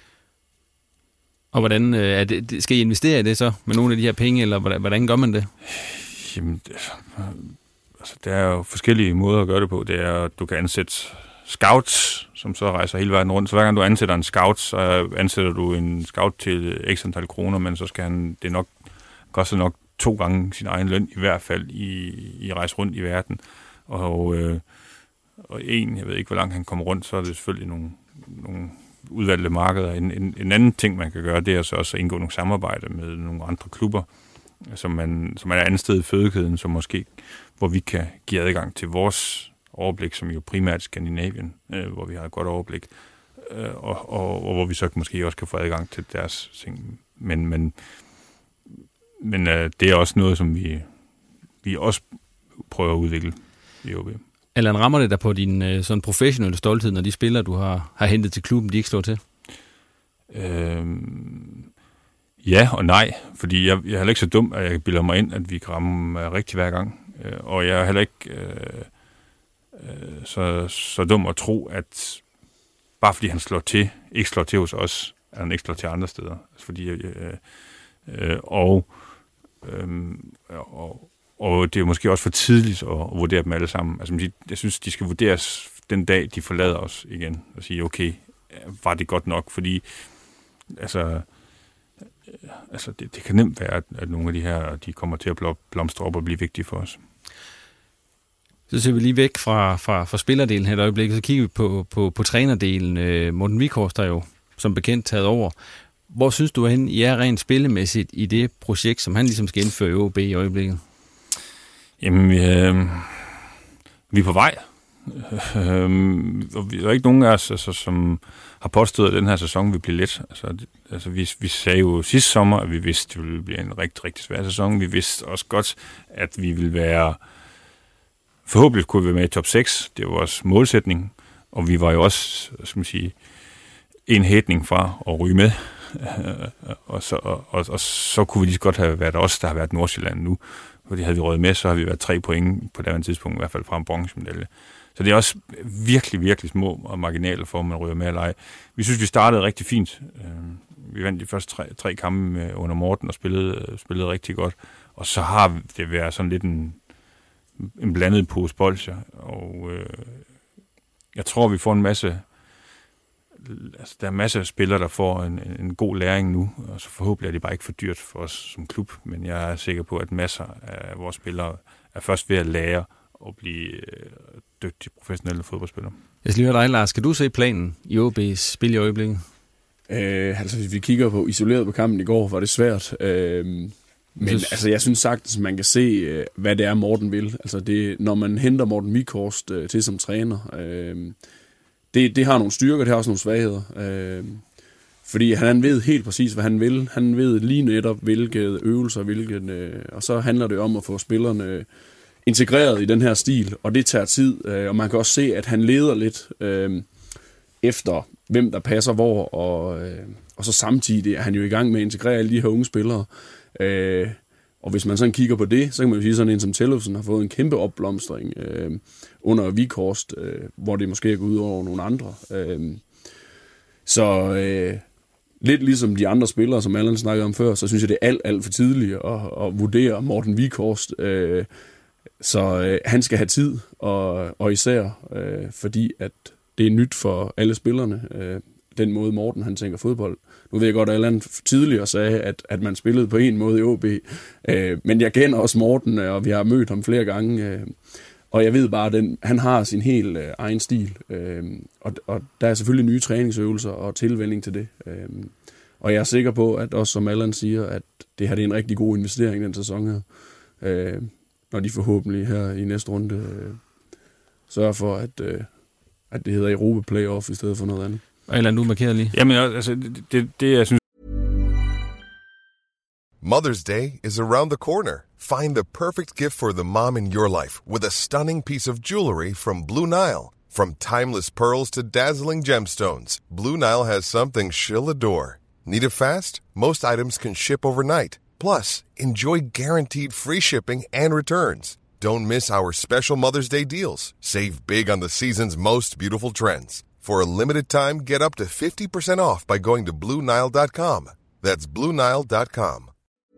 Og hvordan er det, skal I investere i det så, med nogle af de her penge, eller hvordan, hvordan gør man det? Jamen, altså, der er jo forskellige måder at gøre det på. Det er, at du kan ansætte scouts, som så rejser hele verden rundt. Så hver gang du ansætter en scout, så ansætter du en scout til x antal kroner, men så skal han, det nok, koster nok to gange sin egen løn, i hvert fald i, i rejse rundt i verden. Og, øh, og en, jeg ved ikke, hvor langt han kommer rundt, så er det selvfølgelig nogle, nogle udvalgte markeder. En, en, en anden ting, man kan gøre, det er så også at indgå nogle samarbejder med nogle andre klubber, som, man, som er et andet sted i fødekæden, som måske, hvor vi kan give adgang til vores overblik, som jo primært Skandinavien, øh, hvor vi har et godt overblik, øh, og, og, og hvor vi så måske også kan få adgang til deres ting. Men, men, men øh, det er også noget, som vi, vi også prøver at udvikle i O B. Eller rammer det der på din øh, sådan professionelle stolthed, når de spillere, du har, har hentet til klubben, de ikke slår til? Øhm, ja og nej, fordi jeg, jeg er heller ikke så dum, at jeg bilder mig ind, at vi kan ramme rigtigt hver gang. Øh, og jeg er heller ikke øh, øh, så, så dum at tro, at bare fordi han slår til, ikke slår til hos os, at han ikke slår til andre steder. Altså fordi, øh, øh, og, øh, og Og det er måske også for tidligt at vurdere dem alle sammen. Altså, jeg synes, de skal vurderes den dag, de forlader os igen. Og sige, okay, var det godt nok? Fordi, altså, altså det, det kan nemt være, at, at nogle af de her, de kommer til at blomstre op og blive vigtige for os. Så ser vi lige væk fra, fra, fra spillerdelen her et øjeblik, så kigger vi på, på, på trænerdelen. Øh, Morten Wieghorst har jo som bekendt taget over. Hvor synes du, at I er rent spillemæssigt i det projekt, som han ligesom skal indføre i O B i øjeblikket? Jamen, øh, vi er på vej. Øh, og der er ikke nogen af os, altså, som har påstået, at den her sæson vil blive let. Altså, det, altså vi, vi sagde jo sidste sommer, at vi vidste, at det ville blive en rigtig, rigtig svær sæson. Vi vidste også godt, at vi ville være... Forhåbentlig kunne vi være med i top seks. Det var vores målsætning. Og vi var jo også, skal man sige, en hætning fra at ryge med. og, så, og, og, og så kunne vi lige så godt have været os, der har været Nordsjælland nu. Fordi havde vi røget med, så har vi været tre point på det tidspunkt, i hvert fald fra en bronzemedalje. Så det er også virkelig, virkelig små og marginaler for, at man ryger med eller ej. Vi synes, vi startede rigtig fint. Vi vandt de første tre, tre kampe under Morten og spillede, spillede rigtig godt. Og så har det været sådan lidt en, en blandet pose bolsjer. Og øh, jeg tror, vi får en masse... Altså, der er masser af spillere, der får en, en god læring nu, og så forhåbentlig er det bare ikke for dyrt for os som klub, men jeg er sikker på, at masser af vores spillere er først ved at lære at blive dygtige professionelle fodboldspillere. Jeg skal lige høre dig, Lars. Skal du se planen i O B's spil i øjeblikket? Øh, altså, hvis vi kigger på isoleret på kampen i går, var det svært. Øh, men synes... altså, jeg synes sagtens, man kan se, hvad det er, Morten vil. Altså, det, når man henter Morten Wieghorst øh, til som træner... Øh, Det, det har nogle styrker, det har også nogle svagheder. Øh, fordi han ved helt præcis, hvad han vil. Han ved lige netop, hvilke øvelser, hvilke, øh, og så handler det om at få spillerne integreret i den her stil, og det tager tid. Øh, og man kan også se, at han leder lidt øh, efter, hvem der passer hvor, og, øh, og så samtidig er han jo i gang med at integrere alle de her unge spillere. Øh, og hvis man sådan kigger på det, så kan man jo sige, sådan en som Tellefsen har fået en kæmpe opblomstring øh, under Wieghorst, øh, hvor det måske er gået ud over nogle andre. Øh, så øh, lidt ligesom de andre spillere, som Allan snakkede om før, så synes jeg, det er alt, alt for tidligt at, at vurdere Morten Wieghorst. Øh, så øh, han skal have tid, og, og især øh, fordi, at det er nyt for alle spillerne, øh, den måde Morten han tænker fodbold. Nu ved jeg godt, at Allan tidligere sagde, at, at man spillede på en måde i O B, øh, men jeg kender også Morten, og vi har mødt ham flere gange, øh, og jeg ved bare, at den, han har sin helt øh, egen stil, øh, og, og der er selvfølgelig nye træningsøvelser og tilvænning til det. Øh, og jeg er sikker på, at også som Allan siger, at det her det er en rigtig god investering den sæson her, øh, når de forhåbentlig her i næste runde øh, sørger for, at, øh, at det hedder Europa Playoff i stedet for noget andet. Eller nu markerer lige. Jamen, altså, det, det, det jeg synes... Mother's Day is around the corner. Find the perfect gift for the mom in your life with a stunning piece of jewelry from Blue Nile. From timeless pearls to dazzling gemstones, Blue Nile has something she'll adore. Need it fast? Most items can ship overnight. Plus, enjoy guaranteed free shipping and returns. Don't miss our special Mother's Day deals. Save big on the season's most beautiful trends. For a limited time, get up to fifty percent off by going to blue nile dot com. That's blue nile dot com.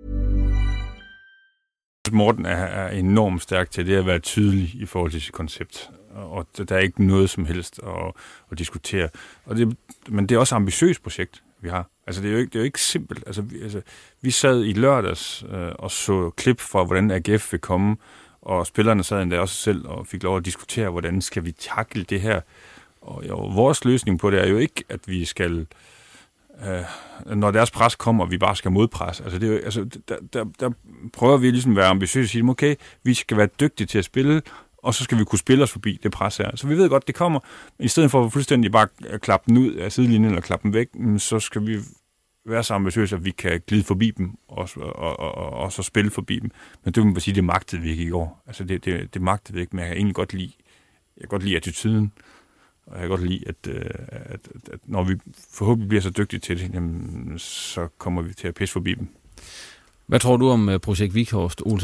Morten er, er enormt stærk til det at være tydelig i forhold til sit koncept. Og der er ikke noget som helst at, at diskutere. Og det, men det er også et ambitiøst projekt, vi har. Altså, det er jo ikke, det er jo ikke simpelt. Altså, vi, altså, vi sad i lørdags øh, og så klip fra, hvordan A G F vil komme, og spillerne sad endda også selv og fik lov at diskutere, hvordan skal vi tackle det her. Og jo, vores løsning på det er jo ikke, at vi skal, øh, når deres pres kommer, vi bare skal modpresse. Altså, det er jo, altså der, der, der prøver vi ligesom at være ambitiøse og sige, okay, vi skal være dygtige til at spille, og så skal vi kunne spille os forbi det pres her. Så vi ved godt, det kommer. Men i stedet for at fuldstændig bare klappe den ud af sidelinjen eller klappe den væk, så skal vi være så ambitiøse, at vi kan glide forbi dem og, og, og, og, og så spille forbi dem. Men det må man sige, det magtede vi ikke i går. Altså, det, det, det magtede vi ikke, men jeg kan egentlig godt lide, jeg kan godt lide attituden. Og jeg kan godt lide, at, at, at når vi forhåbentlig bliver så dygtige til det, jamen, så kommer vi til at pisse forbi dem. Hvad tror du om projekt Wieghorst, Olsson?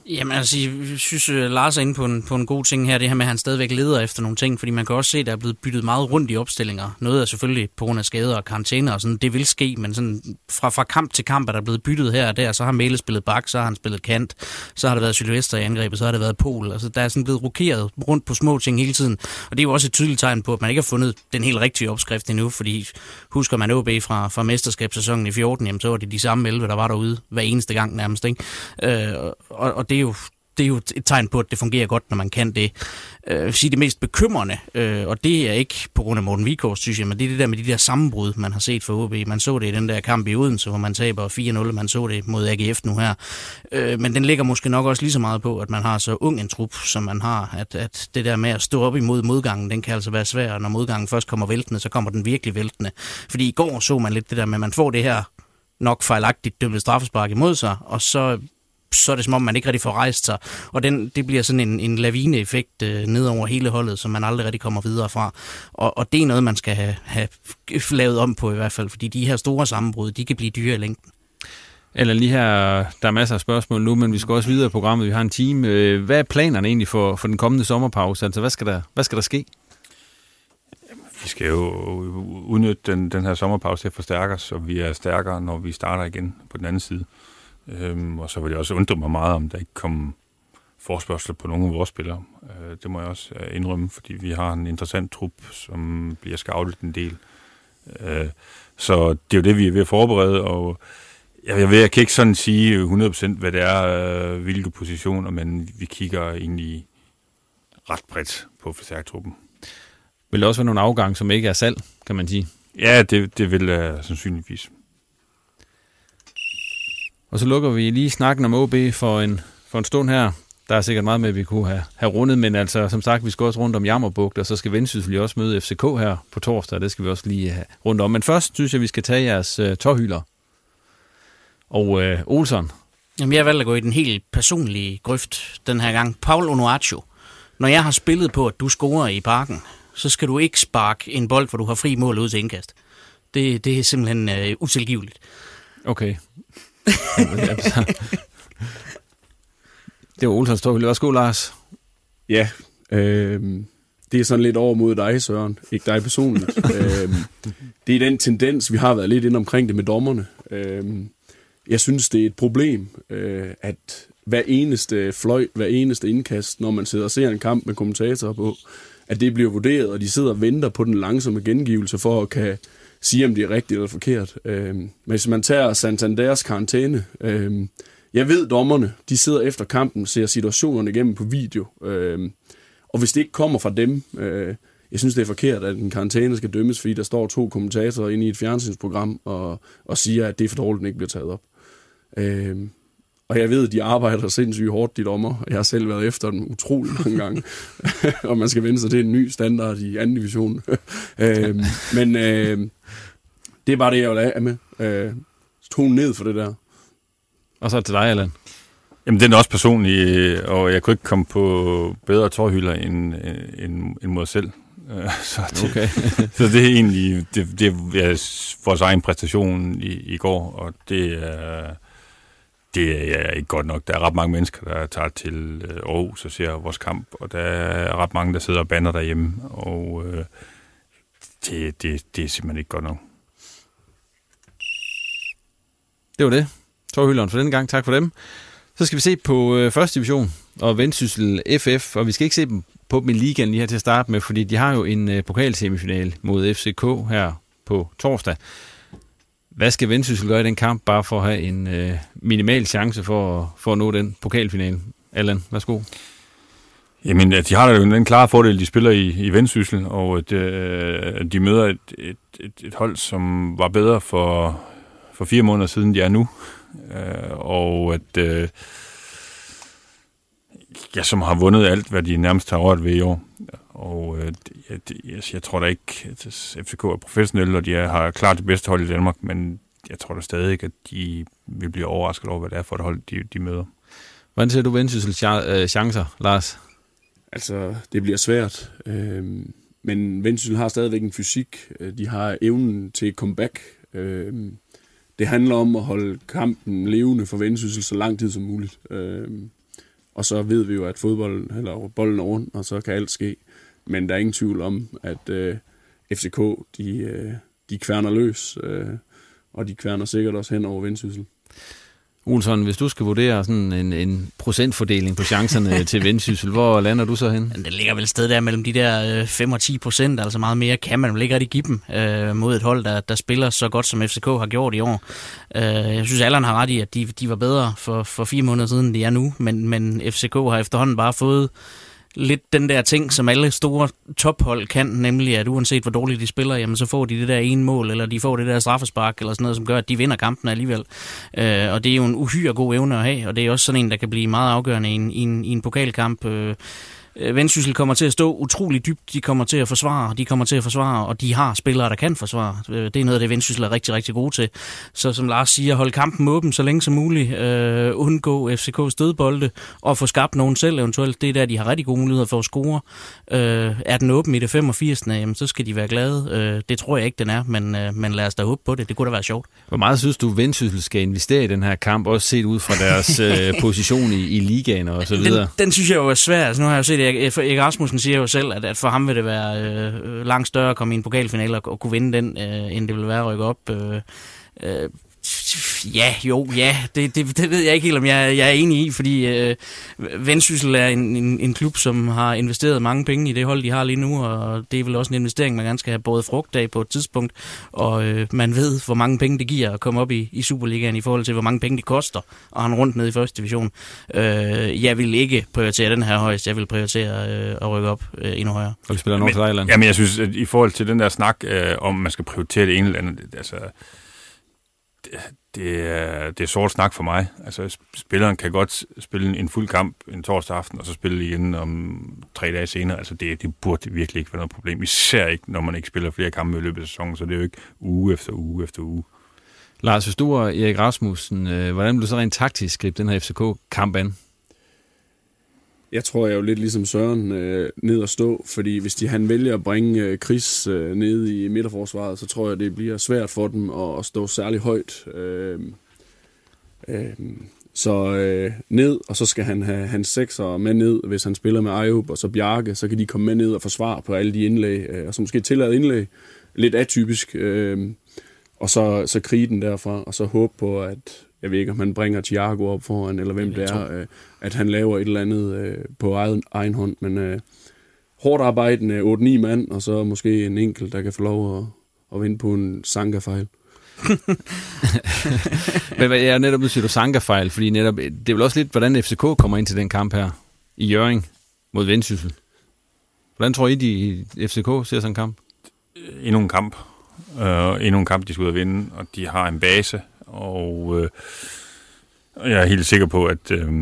Jamen altså, jeg synes, Lars er inde på en, på en god ting her, det her med, at han stadigvæk leder efter nogle ting, fordi man kan også se, at der er blevet byttet meget rundt i opstillinger. Noget er selvfølgelig på grund af skader og karantæner og sådan, det vil ske, men sådan fra, fra kamp til kamp er der blevet byttet her og der, så har Mæle spillet bak, så har han spillet kant, så har der været Sylvester i angrebet, så har der været Pol. Altså, der er sådan blevet rokeret rundt på små ting hele tiden, og det er jo også et tydeligt tegn på, at man ikke har fundet den helt rigtige opskrift endnu, fordi husker man O B fra, fra mesterskabssæsonen i fjorten, jamen, så var det de samme elleve, der var derude hver eneste gang nærmest, ikke? Øh, og, og det er jo Det er jo et tegn på, at det fungerer godt, når man kan det. Øh, sige det mest bekymrende, øh, og det er ikke på grund af Morten Wieghorst, synes jeg, men det er det der med de der sammenbrud, man har set for O B. Man så det i den der kamp i Odense, hvor man taber fire nul, man så det mod A G F nu her. Øh, men den ligger måske nok også lige så meget på, at man har så ung en trup, som man har, at, at det der med at stå op imod modgangen, den kan altså være svær, og når modgangen først kommer væltende, så kommer den virkelig væltende. Fordi i går så man lidt det der med, at man får det her nok fejlagtigt dømte straffespark imod sig, og så så er det som om, man ikke rigtig får rejst sig. Og den, det bliver sådan en, en lavine-effekt øh, ned over hele holdet, som man aldrig rigtig kommer videre fra. Og, og det er noget, man skal have, have lavet om på i hvert fald, fordi de her store sammenbrud, de kan blive dyre i længden. Eller lige her, der er masser af spørgsmål nu, men vi skal også videre i programmet. Vi har en time. Hvad er planerne egentlig for, for den kommende sommerpause? Altså, hvad skal der, hvad skal der ske? Vi skal jo udnytte den, den her sommerpause til at forstærke os, så vi er stærkere, når vi starter igen på den anden side. Øhm, og så vil det også undre mig meget, om der ikke kommer forspørgsel på nogle af vores spillere. Øh, det må jeg også indrømme, fordi vi har en interessant trup, som bliver scoutet en del. Øh, så det er jo det, vi er ved at forberede, og jeg, jeg, ved, jeg kan ikke sådan sige hundrede procent, hvad det er, øh, hvilke positioner, men vi kigger egentlig ret bredt på forstærktruppen. Vil der også være nogle afgang, som ikke er salg, kan man sige? Ja, det, det vil uh, sandsynligvis. Og så lukker vi lige snakken om O B for en, for en stund her. Der er sikkert meget med, at vi kunne have, have rundet, men altså, som sagt, vi skal også rundt om Jammerbugt, og så skal Vendsyssel også møde F C K her på torsdag, det skal vi også lige have rundt om. Men først synes jeg, vi skal tage jeres uh, tårhylder. Og uh, Olsson. Jamen, jeg valgte at gå i den helt personlige grøft den her gang. Paul Onuachu. Når jeg har spillet på, at du scorer i Parken, så skal du ikke sparke en bold, hvor du har fri mål ud til indkast. Det, det er simpelthen uh, utilgiveligt. Okay. Det var Olsons tårhylde. Værsgo, Lars. Ja, øh, det er sådan lidt over mod dig, Søren. Ikke dig personligt. øh, det er den tendens, vi har været lidt inde omkring det med dommerne. Øh, jeg synes, det er et problem, øh, at hver eneste fløjt, hver eneste indkast, når man sidder og ser en kamp med kommentatorer på, at det bliver vurderet, og de sidder og venter på den langsomme gengivelse for at kan sige, om det er rigtigt eller forkert. Øh, men hvis man tager Santanders karantæne, øh, jeg ved dommerne, de sidder efter kampen, ser situationerne igennem på video, øh, og hvis det ikke kommer fra dem, øh, jeg synes det er forkert, at en karantæne skal dømmes, fordi der står to kommentatorer inde i et fjernsynsprogram og, og siger, at det er for dårligt, den ikke bliver taget op. Øh, og jeg ved, at de arbejder sindssygt hårdt, de dommer. Jeg har selv været efter dem utrolig mange gange, og man skal vende sig til en ny standard i anden division. øh, men øh, det er bare det, jeg vil have med. Øh, tone ned for det der. Og så til dig, Allan. Jamen, den er også personlig, og jeg kunne ikke komme på bedre tårhylder end, end, end mod selv. Så det, okay. Så det er egentlig det, det er vores egen præstation i, i går, og det er, det er ikke godt nok. Der er ret mange mennesker, der tager til Aarhus og ser vores kamp, og der er ret mange, der sidder og bander derhjemme, og det, det, det er simpelthen ikke godt nok. Det var det. Tårhylderen for denne gang. Tak for dem. Så skal vi se på øh, første division og Vendsyssel F F, og vi skal ikke se dem på dem i ligaen lige her til at starte med, fordi de har jo en øh, pokalsemifinal mod F C K her på torsdag. Hvad skal Vendsyssel gøre i den kamp, bare for at have en øh, minimal chance for, for at nå den pokalfinale? Allan, værsgo. Jamen, de har da jo den klare fordel, de spiller i, i Vendsyssel, og at, øh, de møder et, et, et, et hold, som var bedre for, for fire måneder siden, de er nu. Øh, og at øh, ja, som har vundet alt, hvad de nærmest har rørt ved i år. Og øh, jeg, jeg, jeg tror da ikke, at F C K er professionelle, og de er, har klart det bedste hold i Danmark, men jeg tror da stadig, at de vil blive overrasket over, hvad det er for et hold, de, de møder. Hvordan ser du Vendsyssels chancer, Lars? Altså, det bliver svært, øh, men Vendsyssel har stadigvæk en fysik. De har evnen til comeback. Øh, Det handler om at holde kampen levende for Vendsyssel så lang tid som muligt. og så ved vi jo, at fodbolden, eller bolden er rundt, og så kan alt ske. Men der er ingen tvivl om, at øh, F C K, de, øh, de kværner løs, øh, og de kværner sikkert også hen over Vendsyssel. Olsson, hvis du skal vurdere sådan en, en procentfordeling på chancerne til Vendsyssel, hvor lander du så hen? Det ligger vel et sted der mellem de der fem og ti procent, altså meget mere kan man vel ikke rigtig give dem øh, mod et hold, der, der spiller så godt, som F C K har gjort i år. Øh, jeg synes, Allan har ret i, at de, de var bedre for, for fire måneder siden, end de er nu, men, men F C K har efterhånden bare fået lidt den der ting, som alle store tophold kan, nemlig at uanset hvor dårligt de spiller, jamen så får de det der ene mål, eller de får det der straffespark, eller sådan noget, som gør, at de vinder kampen alligevel. Øh, og det er jo en uhyre god evne at have, og det er også sådan en, der kan blive meget afgørende i en, i en, i en pokalkamp. Øh, Vendsyssel kommer til at stå utrolig dybt, de kommer til at forsvare, de kommer til at forsvare, og de har spillere, der kan forsvare. Det er noget af det, Vendsyssel er rigtig, rigtig gode til. Så som Lars siger, hold kampen åben så længe som muligt, øh, undgå F C K's dødbolde, og få skabt nogen selv eventuelt. Det er der, de har rigtig gode muligheder for at score. Øh, er den åben i det femogfirs. Jamen, så skal de være glade. Øh, det tror jeg ikke, den er, men, øh, men lad os da håbe på det. Det kunne da være sjovt. Hvor meget synes du, Vendsyssel skal investere i den her kamp, også set ud fra deres øh, position i, i ligaen og så videre? Den, den synes jeg jo er svær. Altså, nu har jeg jo set, Erik Rasmussen siger jo selv, at, at for ham vil det være øh, langt større at komme i en pokalfinale og, og kunne vinde den, øh, end det vil være at rykke op. Øh, øh, ja, jo, ja, det, det, det ved jeg ikke helt, om jeg, jeg er enig i, fordi øh, Vendsyssel er en, en, en klub, som har investeret mange penge i det hold, de har lige nu, og det er vel også en investering, man gerne skal have både frugt af på et tidspunkt, og øh, man ved, hvor mange penge det giver at komme op i, i Superligaen i forhold til, hvor mange penge det koster at have rundt ned i første division. Øh, jeg vil ikke prioritere den her højst, jeg vil prioritere øh, at rykke op øh, endnu højere. Og vi spiller North Island. Jamen, jeg synes, at i forhold til den der snak øh, om, man skal prioritere det ene eller andet, altså Det er, det er sort snak for mig. Altså, spilleren kan godt spille en fuld kamp en torsdag aften, og så spille igen om tre dage senere. Altså, det, det burde virkelig ikke være noget problem. Især ikke, når man ikke spiller flere kampe i løbet af sæsonen, så det er jo ikke uge efter uge efter uge. Lars, hvis du og Erik Rasmussen, øh, hvordan vil du så rent taktisk gribe den her F C K-kamp an? Jeg tror, jeg er jo lidt ligesom Søren øh, ned og stå, fordi hvis de, han vælger at bringe øh, Chris øh, ned i midterforsvaret, så tror jeg, det bliver svært for dem at, at stå særlig højt. Øh, øh, så øh, ned, og så skal han have hans sekser med ned, hvis han spiller med Ayub og så Bjarke, så kan de komme med ned og forsvare på alle de indlæg, øh, og så måske tillade indlæg, lidt atypisk, øh, og så, så krige den derfra, og så håbe på, at jeg ved ikke, om han bringer Thiago op foran, eller hvem det er, øh, at han laver et eller andet øh, på egen, egen hånd. Men øh, hårdt arbejdende otte ni mand, og så måske en enkelt, der kan få lov at, at vinde på en Sanka-fejl. Men jeg er netop siger du Sanka-fejl, fordi netop, det er vel også lidt, hvordan F C K kommer ind til den kamp her i Hjørring mod Vendsyssel. Hvordan tror I, de F C K ser sådan en kamp? Endnu en kamp. Uh, endnu en kamp, de skal ud og vinde, og de har en base, og øh, jeg er helt sikker på, at øh,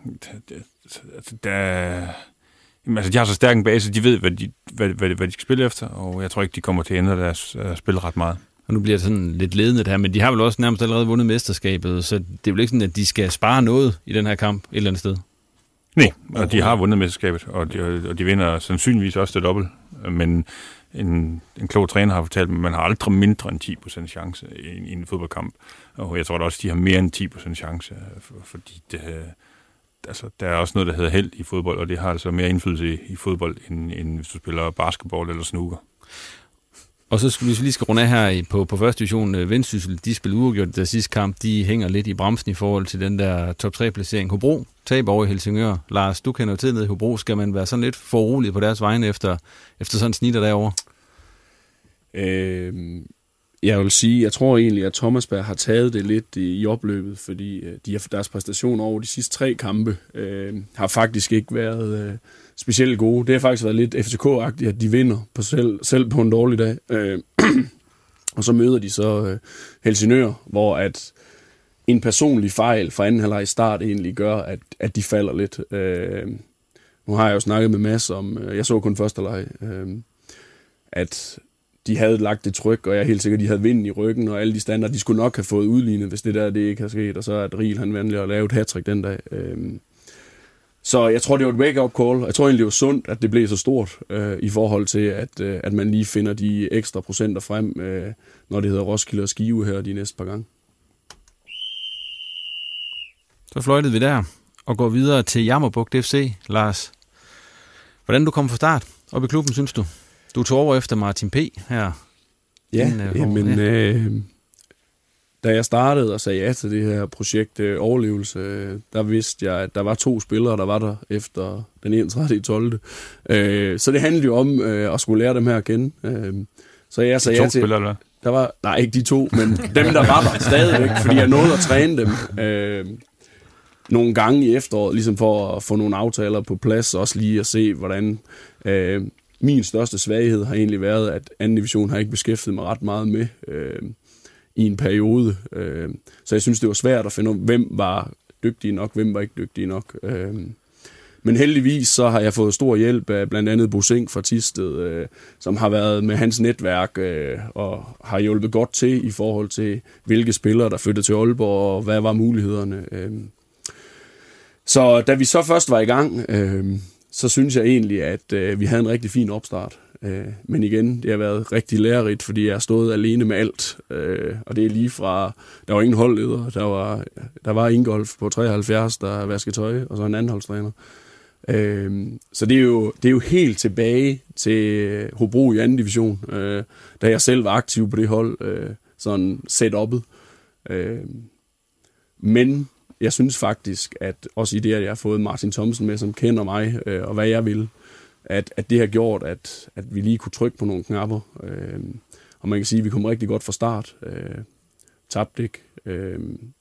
der, jamen, altså, de har så stærk en base, de ved, hvad de, hvad, hvad, hvad de skal spille efter, og jeg tror ikke, de kommer til at ændre deres uh, spil ret meget. Og nu bliver det sådan lidt ledende det her, men de har vel også nærmest allerede vundet mesterskabet, så det er vel ikke sådan, at de skal spare noget i den her kamp et eller andet sted? Nej, og de har vundet mesterskabet, og de, og de vinder sandsynligvis også det dobbelt, men En, en klog træner har fortalt mig, at man har aldrig mindre end ti procent chance i, i en fodboldkamp. Og jeg tror da også, at de har mere end ti procent chance, for, fordi det, altså, der er også noget, der hedder held i fodbold, og det har altså mere indflydelse i, i fodbold, end, end hvis du spiller basketball eller snooker. Og så hvis vi lige skal runde af her på, på første division, Vendsyssel, de spillede uafgjort i deres sidste kamp, de hænger lidt i bremsen i forhold til den der top tre-placering. Hobro taber over i Helsingør. Lars, du kender jo til ned i Hobro. Skal man være sådan lidt foruroliget på deres vegne efter, efter sådan en snitter derovre? Øh, jeg vil sige, jeg tror egentlig, at Thomasberg har taget det lidt i, i opløbet, fordi de har, deres præstationer over de sidste tre kampe øh, har faktisk ikke været øh, specielt gode. Det har faktisk været lidt F C K-agtigt, at de vinder på selv, selv på en dårlig dag. Øh, og så møder de så øh, Helsingør, hvor at en personlig fejl fra anden halvleg i start egentlig gør, at, at de falder lidt. Øh, nu har jeg jo snakket med Mads om, øh, jeg så kun første halvleg, øh, at de havde lagt det tryk, og jeg er helt sikker, at de havde vinden i ryggen, og alle de standarder, de skulle nok have fået udlignet, hvis det der det ikke har sket, og så er Riel han vanlig at lave et hattrick den dag. Øhm, så jeg tror, det var et wake-up call. Jeg tror egentlig, det var sundt, at det blev så stort, øh, i forhold til, at, øh, at man lige finder de ekstra procenter frem, øh, når det hedder Roskilde og Skive her de næste par gange. Så fløjtede vi der, og går videre til Jammerbugt F C, Lars. Hvordan du kom fra start op i klubben, synes du? Du tog over efter Martin P. her. Ja, inden, øh, jamen, ja. Øh, da jeg startede og sagde ja til det her projekt øh, Overlevelse, øh, der vidste jeg, at der var to spillere, der var der efter den enogtredivte tolvte Øh, så det handlede jo om øh, at skulle lære dem her at kende. Øh, så jeg sagde de to ja til... spillere, eller? Der var, nej, ikke de to, men dem, der var der stadigvæk, fordi jeg nåede at træne dem øh, nogle gange i efteråret, ligesom for at få nogle aftaler på plads, og også lige at se, hvordan... Øh, min største svaghed har egentlig været, at anden division har ikke beskæftiget mig ret meget med øh, i en periode. Øh, så jeg synes, det var svært at finde ud af, hvem var dygtig nok, hvem var ikke dygtig nok. Øh, men heldigvis så har jeg fået stor hjælp af blandt andet Bo Sink fra Thisted, øh, som har været med hans netværk øh, og har hjulpet godt til i forhold til, hvilke spillere der flyttede til Aalborg, og hvad var mulighederne. Øh. Så da vi så først var i gang... Øh, så synes jeg egentlig, at øh, vi havde en rigtig fin opstart. Øh, men igen, det har været rigtig lærerigt, fordi jeg har stået alene med alt. Øh, og det er lige fra, der var ingen holdleder, der var, der var Ingolf på treoghalvfjerds, der vaskede tøj, og så en anden holdstræner. Øh, så det er, jo, det er jo helt tilbage til Hobro i anden division, øh, da jeg selv var aktiv på det hold, øh, sådan setup'et. Øh, men... Jeg synes faktisk, at også i det, at jeg har fået Martin Thomsen med, som kender mig, øh, og hvad jeg vil, at, at det har gjort, at, at vi lige kunne trykke på nogle knapper. Øh, og man kan sige, at vi kom rigtig godt fra start. Øh, tabte ikke. Øh,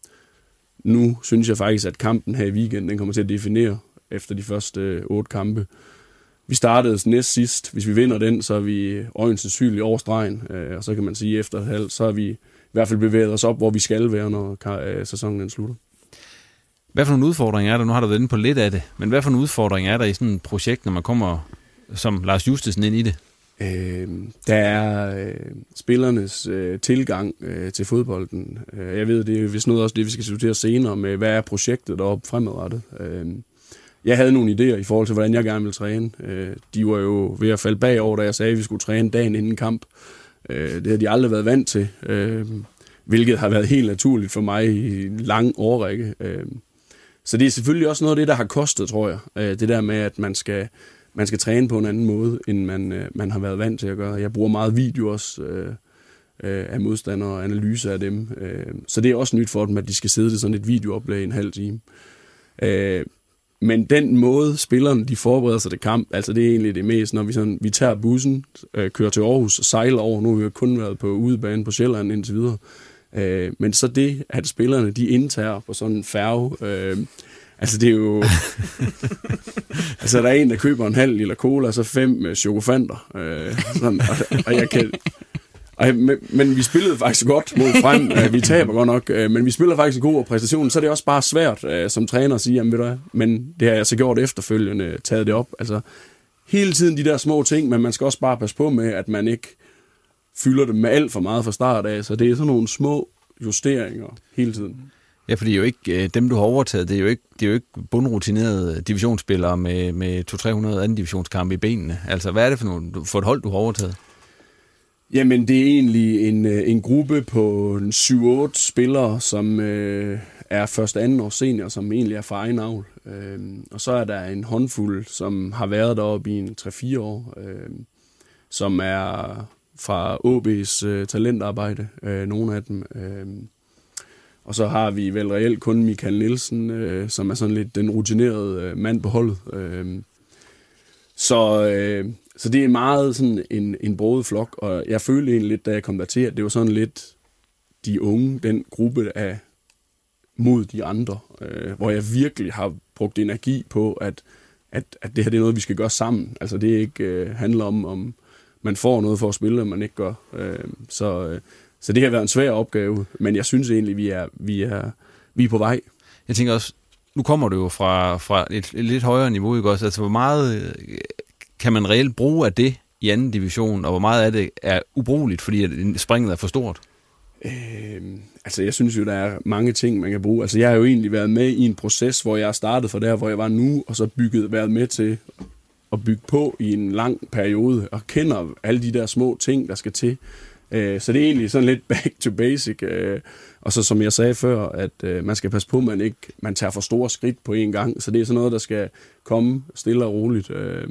nu synes jeg faktisk, at kampen her i weekenden, den kommer til at definere efter de første øh, otte kampe. Vi startede næst sidst. Hvis vi vinder den, så er vi øjens sandsynligt over stregen. Øh, og så kan man sige, at efter et halvt, så har vi i hvert fald bevæget os op, hvor vi skal være, når øh, sæsonen den slutter. Hvad for nogle udfordringer er der? Nu har du været inde på lidt af det, men hvad for nogle udfordringer er der i sådan et projekt, når man kommer som Lars Justesen ind i det? Øh, der er øh, spillernes øh, tilgang øh, til fodbolden. Øh, jeg ved, det er vist noget også det, vi skal diskutere senere med, hvad er projektet deroppe fremadrettet. Øh, jeg havde nogle idéer i forhold til, hvordan jeg gerne ville træne. Øh, de var jo ved at falde bagover, da jeg sagde, at vi skulle træne dagen inden kamp. Øh, det har de aldrig været vant til, øh, hvilket har været helt naturligt for mig i en lang årrække. Øh, Så det er selvfølgelig også noget af det, der har kostet, tror jeg. Det der med, at man skal, man skal træne på en anden måde, end man, man har været vant til at gøre. Jeg bruger meget video også øh, af modstandere og analyse af dem. Øh, så det er også nyt for dem, at de skal sidde til sådan et videooplæg i en halv time. Øh, men den måde, spillerne de forbereder sig til kamp, altså det er egentlig det mest, når vi, sådan, vi tager bussen, øh, kører til Aarhus og sejler over. Nu har vi jo kun været på udebane på Sjælland indtil videre. Øh, men så det, at spillerne de indtager på sådan en færge, øh, altså det er jo... altså der er en, der køber en halv liter cola, og så fem øh, chokofanter. Øh, sådan, og, og jeg kan... Og, men, men vi spillede faktisk godt mod frem. Øh, vi taber godt nok, øh, men vi spiller faktisk en god præstation. Så er det også bare svært øh, som træner at sige, jamen ved du hvad, men det har jeg så gjort efterfølgende, taget det op. Altså hele tiden de der små ting, men man skal også bare passe på med, at man ikke fylder det med alt for meget fra start af, så det er sådan nogle små justeringer hele tiden. Ja, for det er jo ikke dem, du har overtaget, det er jo ikke, det er jo ikke bundrutinerede divisionsspillere med, med to til tre hundrede anden divisionskampe i benene. Altså, hvad er det for, nogle, for et hold, du har overtaget? Jamen, det er egentlig en, en gruppe på syv otte spillere, som øh, er første anden års senior, som egentlig er fra egen avl. Øh, og så er der en håndfuld, som har været deroppe i en tre fire år, øh, som er fra O B's øh, talentarbejde, øh, nogle af dem. Øh. Og så har vi vel reelt kun Michael Nielsen, øh, som er sådan lidt den rutinerede øh, mand på holdet. Øh. Så, øh, så det er meget sådan en, en broget flok, og jeg følte egentlig lidt, da jeg kom der til, at det var sådan lidt de unge, den gruppe af mod de andre, øh, hvor jeg virkelig har brugt energi på, at, at, at det her det er noget, vi skal gøre sammen. Altså det ikke øh, handler om, om man får noget for at spille, og man ikke gør. Øh, så, øh, så det har været en svær opgave, men jeg synes egentlig, vi er, vi er, vi er på vej. Jeg tænker også, nu kommer du jo fra, fra et, et lidt højere niveau, ikke også? Altså, hvor meget kan man reelt bruge af det i anden division, og hvor meget af det er ubrugeligt, fordi springet er for stort? Øh, altså, jeg synes jo, der er mange ting, man kan bruge. Altså, jeg har jo egentlig været med i en proces, hvor jeg startede fra der, hvor jeg var nu, og så bygget, været med til at bygge på i en lang periode, og kender alle de der små ting, der skal til. Så det er egentlig sådan lidt back to basic, Og så som jeg sagde før, at øh, man skal passe på, at man ikke man tager for store skridt på én gang. Så det er sådan noget, der skal komme stille og roligt. Øh,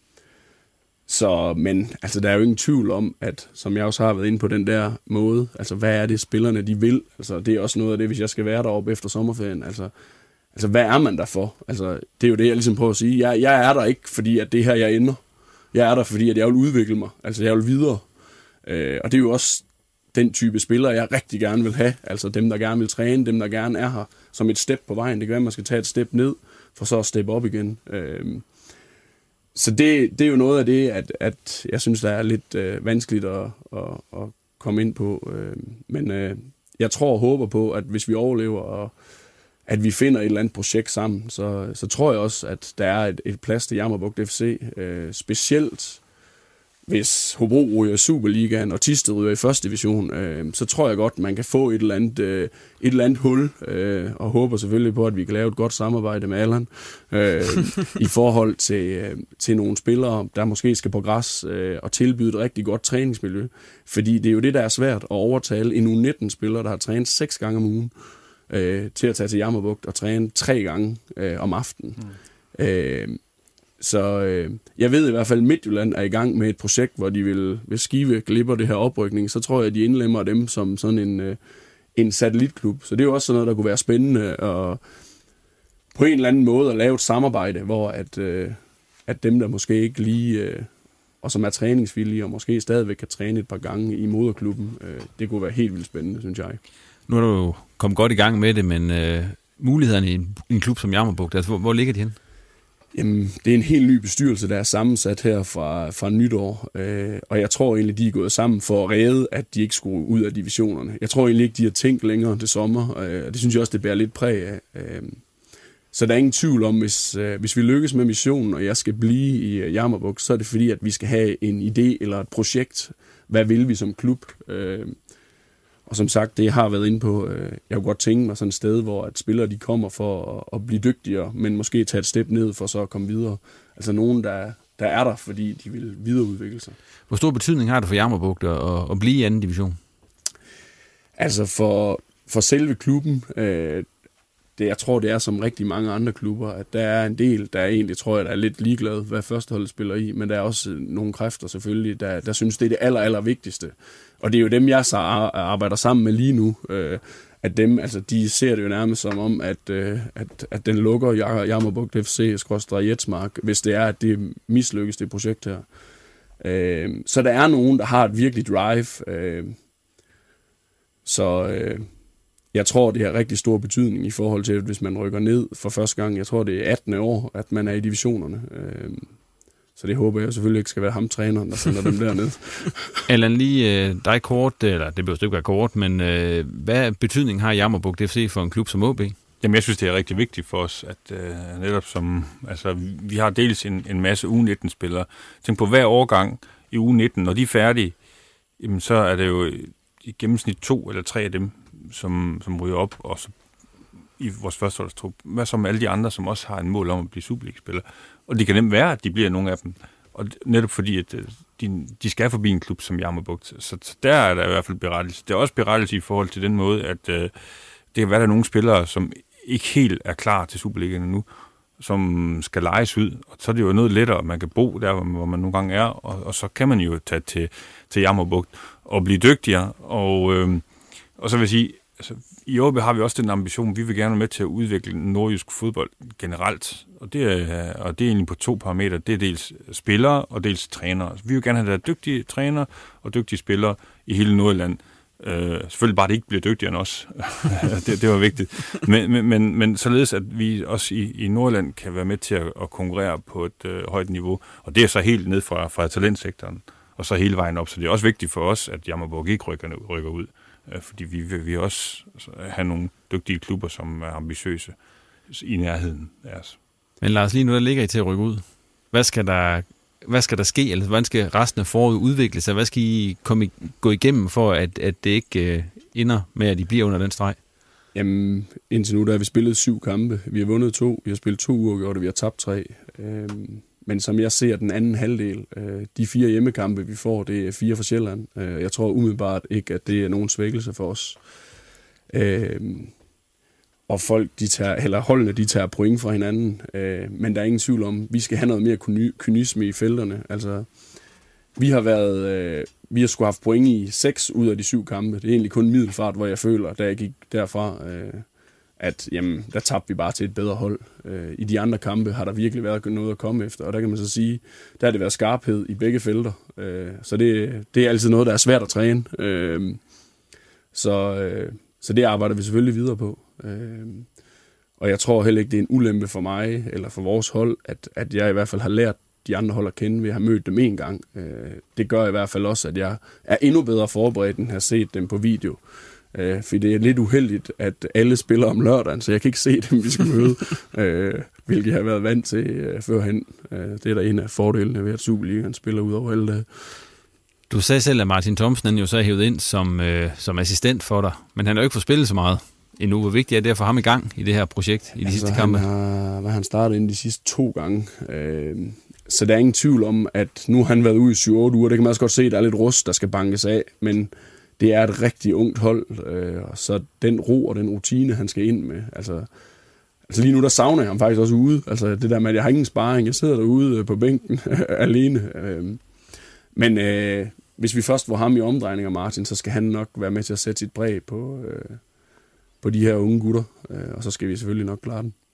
så, men altså, der er jo ingen tvivl om, at som jeg også har været inde på den der måde, altså hvad er det spillerne de vil? Altså det er også noget af det, hvis jeg skal være deroppe efter sommerferien. Altså, altså hvad er man der for? Altså det er jo det, jeg ligesom prøver at sige. Jeg, jeg er der ikke, fordi at det her jeg ender. Jeg er der, fordi at jeg vil udvikle mig. Altså jeg vil videre. Øh, og det er jo også den type spillere, jeg rigtig gerne vil have. Altså dem, der gerne vil træne, dem, der gerne er her som et step på vejen. Det kan være, at man skal tage et step ned, for så at steppe op igen. Øh, så det, det er jo noget af det, at, at jeg synes, der er lidt øh, vanskeligt at, at, at komme ind på. Øh, men øh, jeg tror og håber på, at hvis vi overlever, og at vi finder et eller andet projekt sammen, så, så tror jeg også, at der er et, et plads til Jammerbugt F C. Øh, specielt hvis Hobro ryger i Superligaen og Thisted ryger i første division, øh, så tror jeg godt, man kan få et eller andet, øh, et eller andet hul, øh, og håber selvfølgelig på, at vi kan lave et godt samarbejde med Allan øh, i forhold til, øh, til nogle spillere, der måske skal på græs øh, og tilbyde et rigtig godt træningsmiljø. Fordi det er jo det, der er svært at overtale en U nitten-spiller, der har trænet seks gange om ugen, øh, til at tage til Jammerbugt og træne tre gange øh, om aftenen. Mm. Øh, Så øh, jeg ved i hvert fald, at Midtjylland er i gang med et projekt, hvor de vil, hvis Skive glipper det her oprykning, så tror jeg, at de indlemmer dem som sådan en, øh, en satellitklub. Så det er jo også sådan noget, der kunne være spændende og på en eller anden måde at lave et samarbejde, hvor at, øh, at dem, der måske ikke lige, øh, og som er træningsvillige, og måske stadigvæk kan træne et par gange i moderklubben, øh, det kunne være helt vildt spændende, synes jeg. Nu er du jo kommet godt i gang med det, men øh, mulighederne i en, en klub som Jammerbugt, altså hvor, hvor ligger de hen? Jamen, det er en helt ny bestyrelse, der er sammensat her fra, fra nytår, øh, og jeg tror egentlig, de er gået sammen for at redde, at de ikke skulle ud af divisionerne. Jeg tror egentlig ikke, de har tænkt længere til sommer, øh, og det synes jeg også, det bærer lidt præg af. Øh, så der er ingen tvivl om, hvis, øh, hvis vi lykkes med missionen, og jeg skal blive i øh, Jammerbugt, så er det fordi, at vi skal have en idé eller et projekt. Hvad vil vi som klub? Øh, Og som sagt, det jeg har været inde på, øh, jeg kunne godt tænke mig sådan et sted, hvor at spillere de kommer for at, at blive dygtigere, men måske tage et step ned for så at komme videre. Altså nogen, der, der er der, fordi de vil videreudvikle sig. Hvor stor betydning har det for Jammerbugt at, at blive i anden division? Altså for, for selve klubben, øh, det, jeg tror, det er som rigtig mange andre klubber, at der er en del, der er egentlig, tror jeg, der er lidt ligeglad, hvad førsteholdet spiller i, men der er også nogle kræfter selvfølgelig, der, der synes, det er det aller, aller vigtigste. Og det er jo dem, jeg så arbejder sammen med lige nu, øh, at dem, altså de ser det jo nærmest som om, at, øh, at, at den lukker Jammerbugt F C-Jetsmark, hvis det er, at det mislykkes, det projekt her. Øh, så der er nogen, der har et virkelig drive, øh, så øh, jeg tror, det har rigtig stor betydning i forhold til, hvis man rykker ned for første gang. Jeg tror, det er attende år, at man er i divisionerne. Øh, Så det håber jeg selvfølgelig ikke skal være ham træneren, der sender dem derned. Allan, lige øh, dig kort, eller det behøver ikke være kort, men øh, hvad betydning har Jammerbugt F C for en klub som O B? Jamen, jeg synes, det er rigtig vigtigt for os, at øh, netop som, altså, vi har dels en, en masse U nitten-spillere. Tænk på hver årgang i U nitten, når de er færdige, jamen, så er det jo i gennemsnit to eller tre af dem, som, som ryger op, og så i vores førsteholdstrup. Hvad så med alle de andre, som også har en mål om at blive Superliga-spillere? Og det kan nemt være, at de bliver nogle af dem. Og netop fordi, at de, de skal forbi en klub som Jammerbugt. Så, så der er der i hvert fald berettelse. Det er også berettelse i forhold til den måde, at øh, det kan være, der er nogle spillere, som ikke helt er klar til Superligaen nu, som skal lejes ud. Og så er det jo noget lettere, man kan bo der, hvor man nogle gange er. Og, og så kan man jo tage til, til Jammerbugt og blive dygtigere. Og, øh, og så vil jeg sige, altså, i O B har vi også den ambition, vi vil gerne være med til at udvikle nordjysk fodbold generelt, og det er, og det er egentlig på to parametre. Det er dels spillere og dels trænere. Vi vil gerne have der dygtige trænere og dygtige spillere i hele Nordjylland. Øh, selvfølgelig bare, det ikke bliver dygtigere end os. det, det var vigtigt. Men, men, men, men således, at vi også i, i Nordjylland kan være med til at, at konkurrere på et øh, højt niveau, og det er så helt ned fra, fra talentsektoren, og så hele vejen op. Så det er også vigtigt for os, at Jammerbugt ikke rykker, rykker ud. Fordi vi vil vi også have nogle dygtige klubber, som er ambitiøse i nærheden af os. Men Lars, lige nu der ligger I til at rykke ud. Hvad skal der, hvad skal der ske? Eller hvordan skal resten af foråret udvikle sig? Hvad skal I komme, gå igennem for, at, at det ikke uh, ender med, at I bliver under den streg? Jamen, indtil nu der har vi spillet syv kampe. Vi har vundet to, vi har spillet to uafgjorte, og vi har tabt tre. Øhm, men som jeg ser den anden halvdel, øh, de fire hjemmekampe, vi får, det er fire for Sjælland. Øh, jeg tror umiddelbart ikke, at det er nogen svækkelse for os. Øh, og folk, de tager, eller holdene, de tager point fra hinanden. Øh, men der er ingen tvivl om, vi skal have noget mere kynisme i felterne. Altså, vi har været, øh, vi har sgu haft point i seks ud af de syv kampe. Det er egentlig kun Middelfart, hvor jeg føler, da jeg gik derfra, øh, at jamen, der tabte vi bare til et bedre hold. Øh, I de andre kampe har der virkelig været noget at komme efter, og der kan man så sige, der har det været skarphed i begge felter. Øh, så det, det er altid noget, der er svært at træne. Øh, så, øh, så det arbejder vi selvfølgelig videre på. Øh, og jeg tror heller ikke, det er en ulempe for mig, eller for vores hold, at, at jeg i hvert fald har lært de andre hold at kende ved at have mødt dem en gang. Øh, det gør i hvert fald også, at jeg er endnu bedre forberedt, end at have set dem på video. Øh, for det er lidt uheldigt, at alle spiller om lørdagen, så jeg kan ikke se dem, vi skal møde, øh, hvilket jeg har været vant til øh, førhen. Øh, det er der en af fordelene ved, at Superligaen spiller ud over alle dage. Du sagde selv, at Martin Thomsen han jo så er hævet ind som, øh, som assistent for dig, men han har jo ikke fået spillet så meget endnu. Hvor vigtigt er det at få ham i gang i det her projekt i de altså, sidste kampe? Han har, hvad han startet inden de sidste to gange. Øh, så der er ingen tvivl om, at nu har han været ude i syv otte uger. Det kan man også godt se, at der er lidt rust, der skal bankes af, men det er et rigtig ungt hold, øh, så den ro og den rutine, han skal ind med, altså, altså lige nu, der savner jeg ham faktisk også ude, altså det der med, at jeg har ingen sparring, jeg sidder derude på bænken alene, øh, men øh, hvis vi først får ham i omdrejninger, Martin, så skal han nok være med til at sætte sit præg på, øh, på de her unge gutter, øh, og så skal vi selvfølgelig nok klare den.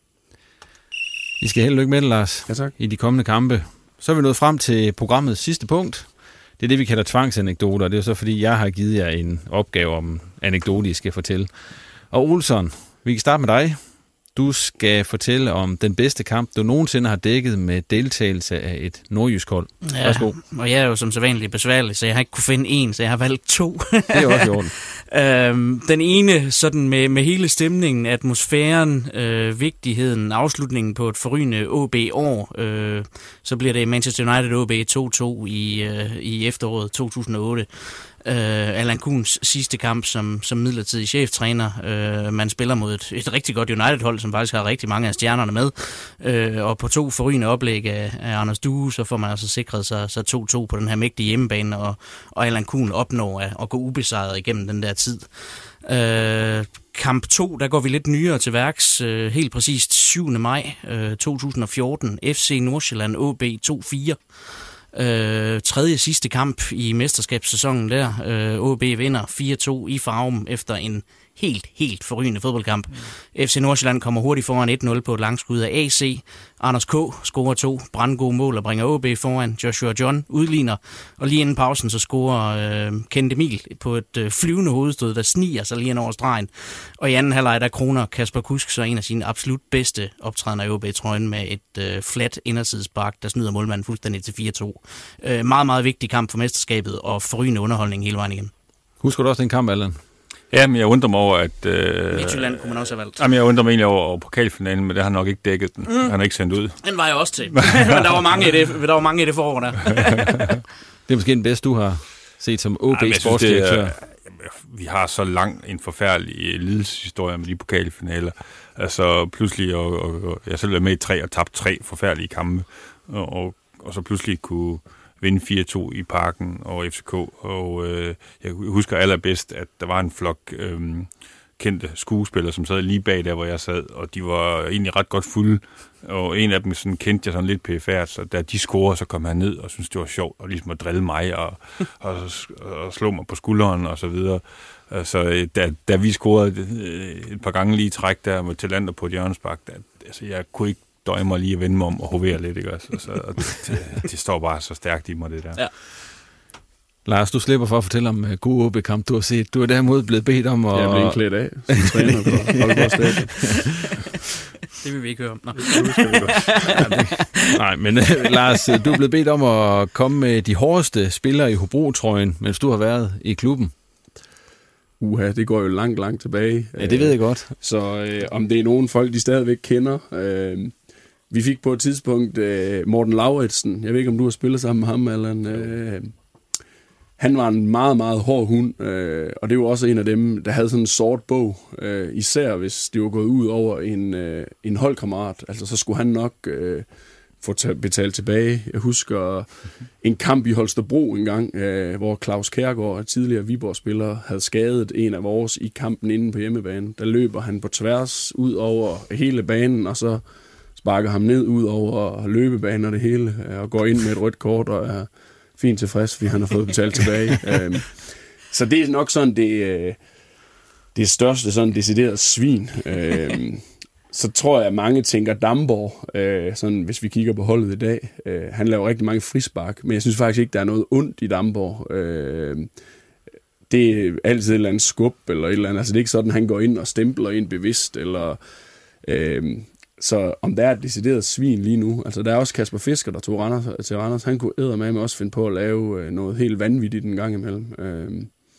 I skal held og lykke med det, Lars, ja, tak. I de kommende kampe. Så er vi nået frem til programmets sidste punkt. Det er det, vi kalder tvangsanekdoter. Det er så, fordi jeg har givet jer en opgave om anekdote, I skal fortælle. Og Olsson, vi kan starte med dig. Du skal fortælle om den bedste kamp, du nogensinde har dækket med deltagelse af et nordjysk hold. Ja, værsgo. Og jeg er jo som sædvanligt besværlig, så jeg har ikke kunne finde en, så jeg har valgt to. Det er også i orden. øhm, den ene, sådan med, med hele stemningen, atmosfæren, øh, vigtigheden, afslutningen på et forrygende O B-år, øh, så bliver det Manchester United O B to to i, øh, i efteråret to tusind og otte. Uh, Allan Kuhns sidste kamp som, som midlertidig cheftræner. Uh, man spiller mod et, et rigtig godt United-hold, som faktisk har rigtig mange af stjernerne med. Uh, og på to forrygende oplæg af, af Anders Due, så får man altså sikret sig, sig to to på den her mægtige hjemmebane, og, og Allan Kuhn opnår at, at gå ubesejret igennem den der tid. Uh, kamp to, der går vi lidt nyere til værks, uh, helt præcist syvende maj uh, to tusind og fjorten. F C Nordsjælland O B to fire. Øh, tredje sidste kamp i mesterskabssæsonen der. øh, O B vinder fire to i Farum efter en helt, helt forrygende fodboldkamp. Mm. F C Nordsjælland kommer hurtigt foran et nul på et langskud af A C. Anders K. scorer to brandgode mål og bringer O B foran. Joshua John udligner, og lige inden pausen så scorer øh, Kent Emil på et øh, flyvende hovedstød, der sniger sig lige ind over stregen. Og i anden halvleg der kroner Kasper Kusk så en af sine absolut bedste optrædener i O B-trøjen med et øh, flat indersidespark, der snyder målmanden fuldstændig til fire to. Øh, meget, meget vigtig kamp for mesterskabet og forrygende underholdning hele vejen igen. Husker du også den kamp, Allan? Ja, men jeg undrer mig over, at... Øh, Midtjylland kunne man også have valgt. Jamen, jeg undrer mig egentlig over, over pokalfinalen, men det har nok ikke dækket den. Mm. Han har ikke sendt ud. Den var jeg også til. Men der var mange i det, der var mange i det forår der. Det er måske den bedste, du har set som O B-sportsdirektør. Vi har så lang en forfærdelig lidelseshistorie med de pokalfinaler. Altså pludselig, og, og, og jeg selv var med i tre og tabt tre forfærdelige kampe, og, og, og så pludselig kunne vinde fire to i Parken og F C K, og øh, jeg husker allerbedst, at der var en flok øh, kendte skuespillere, som sad lige bag der, hvor jeg sad, og de var egentlig ret godt fulde, og en af dem sådan, kendte jeg sådan lidt pæfærd, så da de scorede, så kom han ned og syntes, det var sjovt, og ligesom at drille mig, og, og, og slå mig på skulderen, og så videre. Altså, da, da vi scorede et par gange lige i træk der med Talander på et hjørnespark, der, altså, jeg kunne ikke døje mig lige at vende mig om og hovere lidt, ikke også? Altså, og det, det, det står bare så stærkt i mig, det der. Ja. Lars, du slipper for at fortælle om uh, god O B-kamp, du har set. Du er derimod blevet bedt om at... Jeg er blevet klædt af, som træner på Aalborg Stadion. Det vil vi ikke høre om. Nå. Nej, men uh, Lars, du er blevet bedt om at komme med de hårdeste spillere i Hobro-trøjen, mens du har været i klubben. Uha, det går jo langt, langt tilbage. Ja, det ved jeg godt. Så øh, om det er nogen folk, de stadigvæk kender... Øh, vi fik på et tidspunkt øh, Morten Lauritsen. Jeg ved ikke, om du har spillet sammen med ham, Allan. Øh, han var en meget, meget hård hund, øh, og det var også en af dem, der havde sådan en sort bog. Øh, især hvis det var gået ud over en, øh, en holdkammerat. Altså, så skulle han nok øh, få t- betalt tilbage. Jeg husker en kamp i Holstebro engang, øh, hvor Claus Kjærgaard, tidligere Viborg-spiller, havde skadet en af vores i kampen inde på hjemmebane. Der løber han på tværs ud over hele banen, og så sparker ham ned ud over løbebanen og det hele, øh, og går ind med et rødt kort og er fint tilfreds, fordi han har fået betalt tilbage. øh, så det er nok sådan det, øh, det største sådan decideret svin. Øh, Så tror jeg, at mange tænker Damborg, øh, sådan, hvis vi kigger på holdet i dag. Øh, han laver rigtig mange frispark, men jeg synes faktisk ikke, der er noget ondt i Damborg. Øh, det er altid et eller andet skub, eller et eller andet. Altså, det er ikke sådan, han går ind og stempler ind bevidst. Eller, øh, så om der er et decideret svin lige nu. Altså, der er også Kasper Fisker, der tog Randers, til Randers. Han kunne eddermame også finde på at lave øh, noget helt vanvittigt en gang imellem. Øh,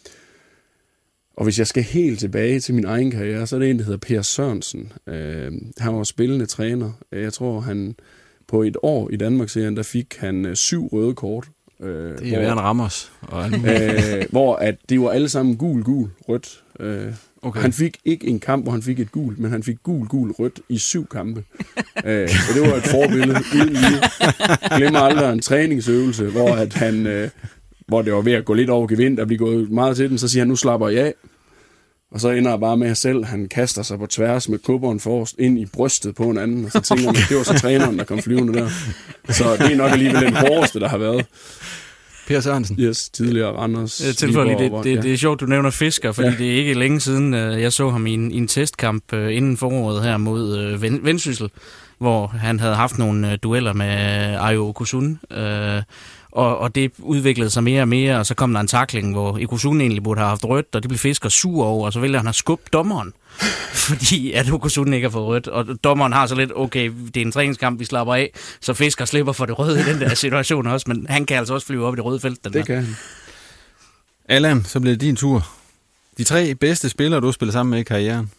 Og hvis jeg skal helt tilbage til min egen karriere, så er det en, der hedder Per Sørensen. Øh, han var spillende træner. Jeg tror, han på et år i Danmark-serien, der fik han øh, syv røde kort. Øh, det er jo en Ramos. øh, hvor at det var alle sammen gul, gul, rødt. Øh, okay. Han fik ikke en kamp, hvor han fik et gul, men han fik gul, gul, rødt i syv kampe. øh, så det var et forbillede. Uden lige. Glemmer aldrig en træningsøvelse, hvor at han... Øh, hvor det var ved at gå lidt over gevind, der bliver gået meget til den, så siger han, nu slapper jeg af. Og så ender jeg bare med at selv, han kaster sig på tværs med kubberen forrest ind i brystet på en anden, og så tænker man, det var så træneren, der kom flyvende der. Så det er nok alligevel den hårdeste, der har været. Per Sørensen. Yes, tidligere Randers. Det, det, det, det er sjovt, du nævner Fisker, fordi ja. Det er ikke længe siden, jeg så ham i en, i en testkamp inden foråret her mod Vendsyssel, hvor han havde haft nogle dueller med Ayo Okusun, øh, Og, og det udviklede sig mere og mere, og så kom der en tackling, hvor Ikusun egentlig burde have haft rødt, og det blev Fisker sur over, og så vælger han at skubbe dommeren, fordi at Ikusun ikke har fået rødt. Og dommeren har så lidt, okay, det er en træningskamp, vi slapper af, så Fisker slipper for det røde i den der situation også, men han kan altså også flyve op i det røde felt. Den det der. kan han. Allan, så bliver det din tur. De tre bedste spillere, du spiller sammen med i karrieren.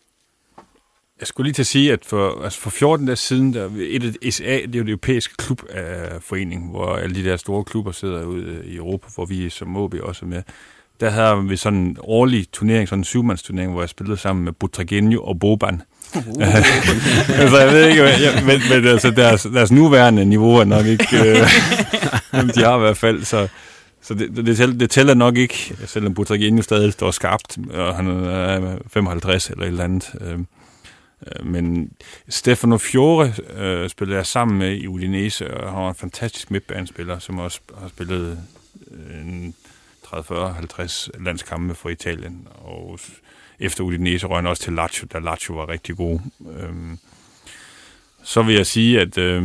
Jeg skulle lige til at sige, at for, altså for fjorten dage siden, der et af S A, det er jo det europæiske klubforening, hvor alle de der store klubber sidder ude i Europa, hvor vi som O B også er med. Der havde vi sådan en årlig turnering, sådan en syvmandsturnering, hvor jeg spillede sammen med Butragenio og Boban. Uh. altså, jeg ved ikke, jeg, men, men altså, deres, deres nuværende niveau er nok ikke, øh, de har i hvert fald, så... Så det, det, tæller, det tæller nok ikke, selvom Butragenio stadig står skarpt, og han er femoghalvtreds eller et eller andet. Men Stefano Fiore øh, spillede jeg sammen med i Udinese, og han var en fantastisk midtbanespiller, som også har spillet øh, tredive, fyrre, halvtreds landskampe for Italien. Og efter Udinese røg han også til Lazio, da Lazio var rigtig god. Øh, så vil jeg sige, at øh,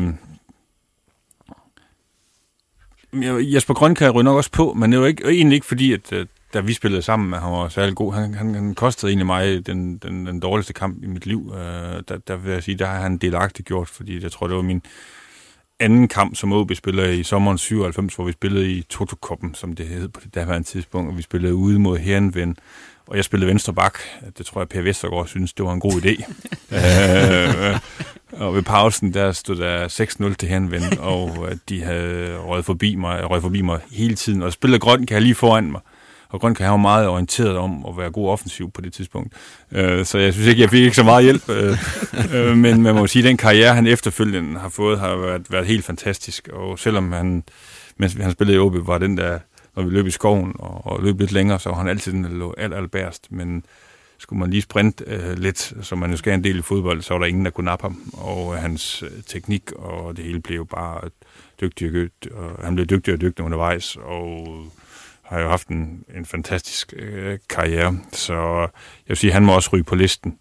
Jesper Grønkjær ryger nok også på, men det var ikke, egentlig ikke fordi, at da vi spillede sammen, han var særlig god. Han, han, han kostede egentlig mig den, den, den dårligste kamp i mit liv. Uh, der, der vil jeg sige, der har han delagtigt gjort, fordi jeg tror, det var min anden kamp som O B-spiller i sommeren syvoghalvfems, hvor vi spillede i Toto-koppen, som det hed på det daværende tidspunkt, og vi spillede ude mod Herrenven, og jeg spillede venstre bak. Det tror jeg, Per Vestergaard synes, det var en god idé. uh, og ved pausen, der stod der seks nul til Herrenven, og de havde røget forbi mig, røget forbi mig hele tiden, og spillede Grønkjær lige foran mig. Og Grønkjær har jo meget orienteret om at være god offensiv på det tidspunkt. Uh, så jeg synes ikke, jeg fik ikke så meget hjælp. Uh, uh, men man må sige, at den karriere, han efterfølgende har fået, har været, været helt fantastisk. Og selvom han, mens han spillede i O B, var den der, når vi løb i skoven og, og løb lidt længere, så var han altid den, der lå alt, alt bærst. Men skulle man lige sprinte uh, lidt, som man jo skal en del i fodbold, så var der ingen, der kunne nappe ham. Og uh, hans uh, teknik og det hele blev jo bare dygtig og dygtig. Og han blev dygtig og dygtig undervejs, og har jo haft en, en fantastisk øh, karriere, så jeg vil sige, han må også ryge på listen.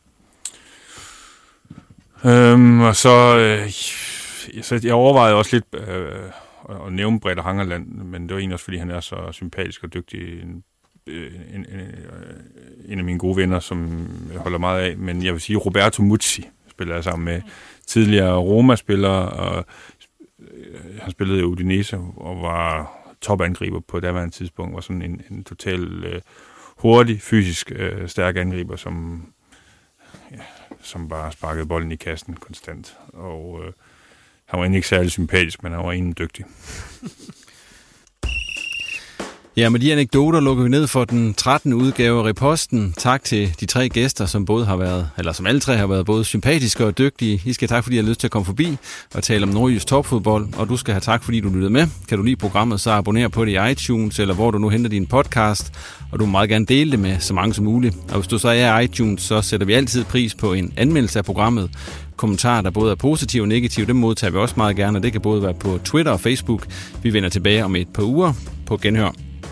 Øhm, og så, øh, så jeg overvejede også lidt øh, at nævne Brede Hangerland, men det var egentlig også, fordi han er så sympatisk og dygtig. En, en, en, en af mine gode venner, som jeg holder meget af, men jeg vil sige, Roberto Muzzi spiller jeg sammen med. Tidligere Roma-spiller, og øh, han spillede i Udinese og var topangriber på daværende tidspunkt, var sådan en, en total øh, hurtig, fysisk øh, stærk angriber, som, ja, som bare sparkede bolden i kassen konstant. Og øh, han var egentlig ikke særlig sympatisk, men han var egentlig dygtig. Ja, med de anekdoter lukker vi ned for den trettende udgave af Riposten. Tak til de tre gæster, som både har været, eller som alle tre har været både sympatiske og dygtige. I skal have tak, fordi I har lyst til at komme forbi og tale om nordjysk topfodbold. Og du skal have tak, fordi du lyttede med. Kan du lide programmet, så abonner på det i iTunes, eller hvor du nu henter din podcast. Og du må meget gerne dele det med så mange som muligt. Og hvis du så er i iTunes, så sætter vi altid pris på en anmeldelse af programmet. Kommentarer, der både er positive og negative, dem modtager vi også meget gerne, og det kan både være på Twitter og Facebook. Vi vender tilbage om et par uger på genhør.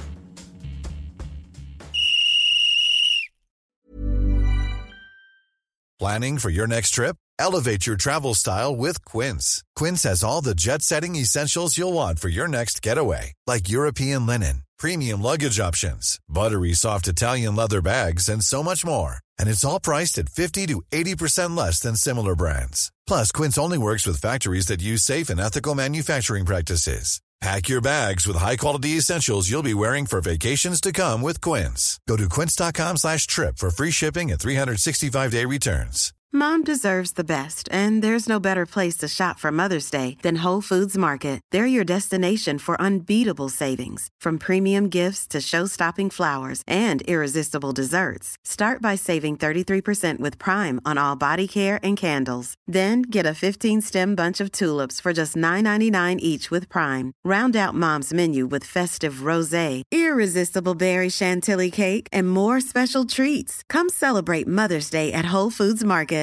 Planning for your next trip? Elevate your travel style with Quince. Quince has all the jet-setting essentials you'll want for your next getaway, like European linen, premium luggage options, buttery soft Italian leather bags, and so much more. And it's all priced at fifty to eighty percent less than similar brands. Plus, Quince only works with factories that use safe and ethical manufacturing practices. Pack your bags with high-quality essentials you'll be wearing for vacations to come with Quince. Go to quince.com slash trip for free shipping and three sixty-five day returns. Mom deserves the best, and there's no better place to shop for Mother's Day than Whole Foods Market. They're your destination for unbeatable savings, from premium gifts to show-stopping flowers and irresistible desserts. Start by saving thirty-three percent with Prime on all body care and candles. Then get a fifteen-stem bunch of tulips for just nine ninety-nine each with Prime. Round out Mom's menu with festive rosé, irresistible berry chantilly cake, and more special treats. Come celebrate Mother's Day at Whole Foods Market.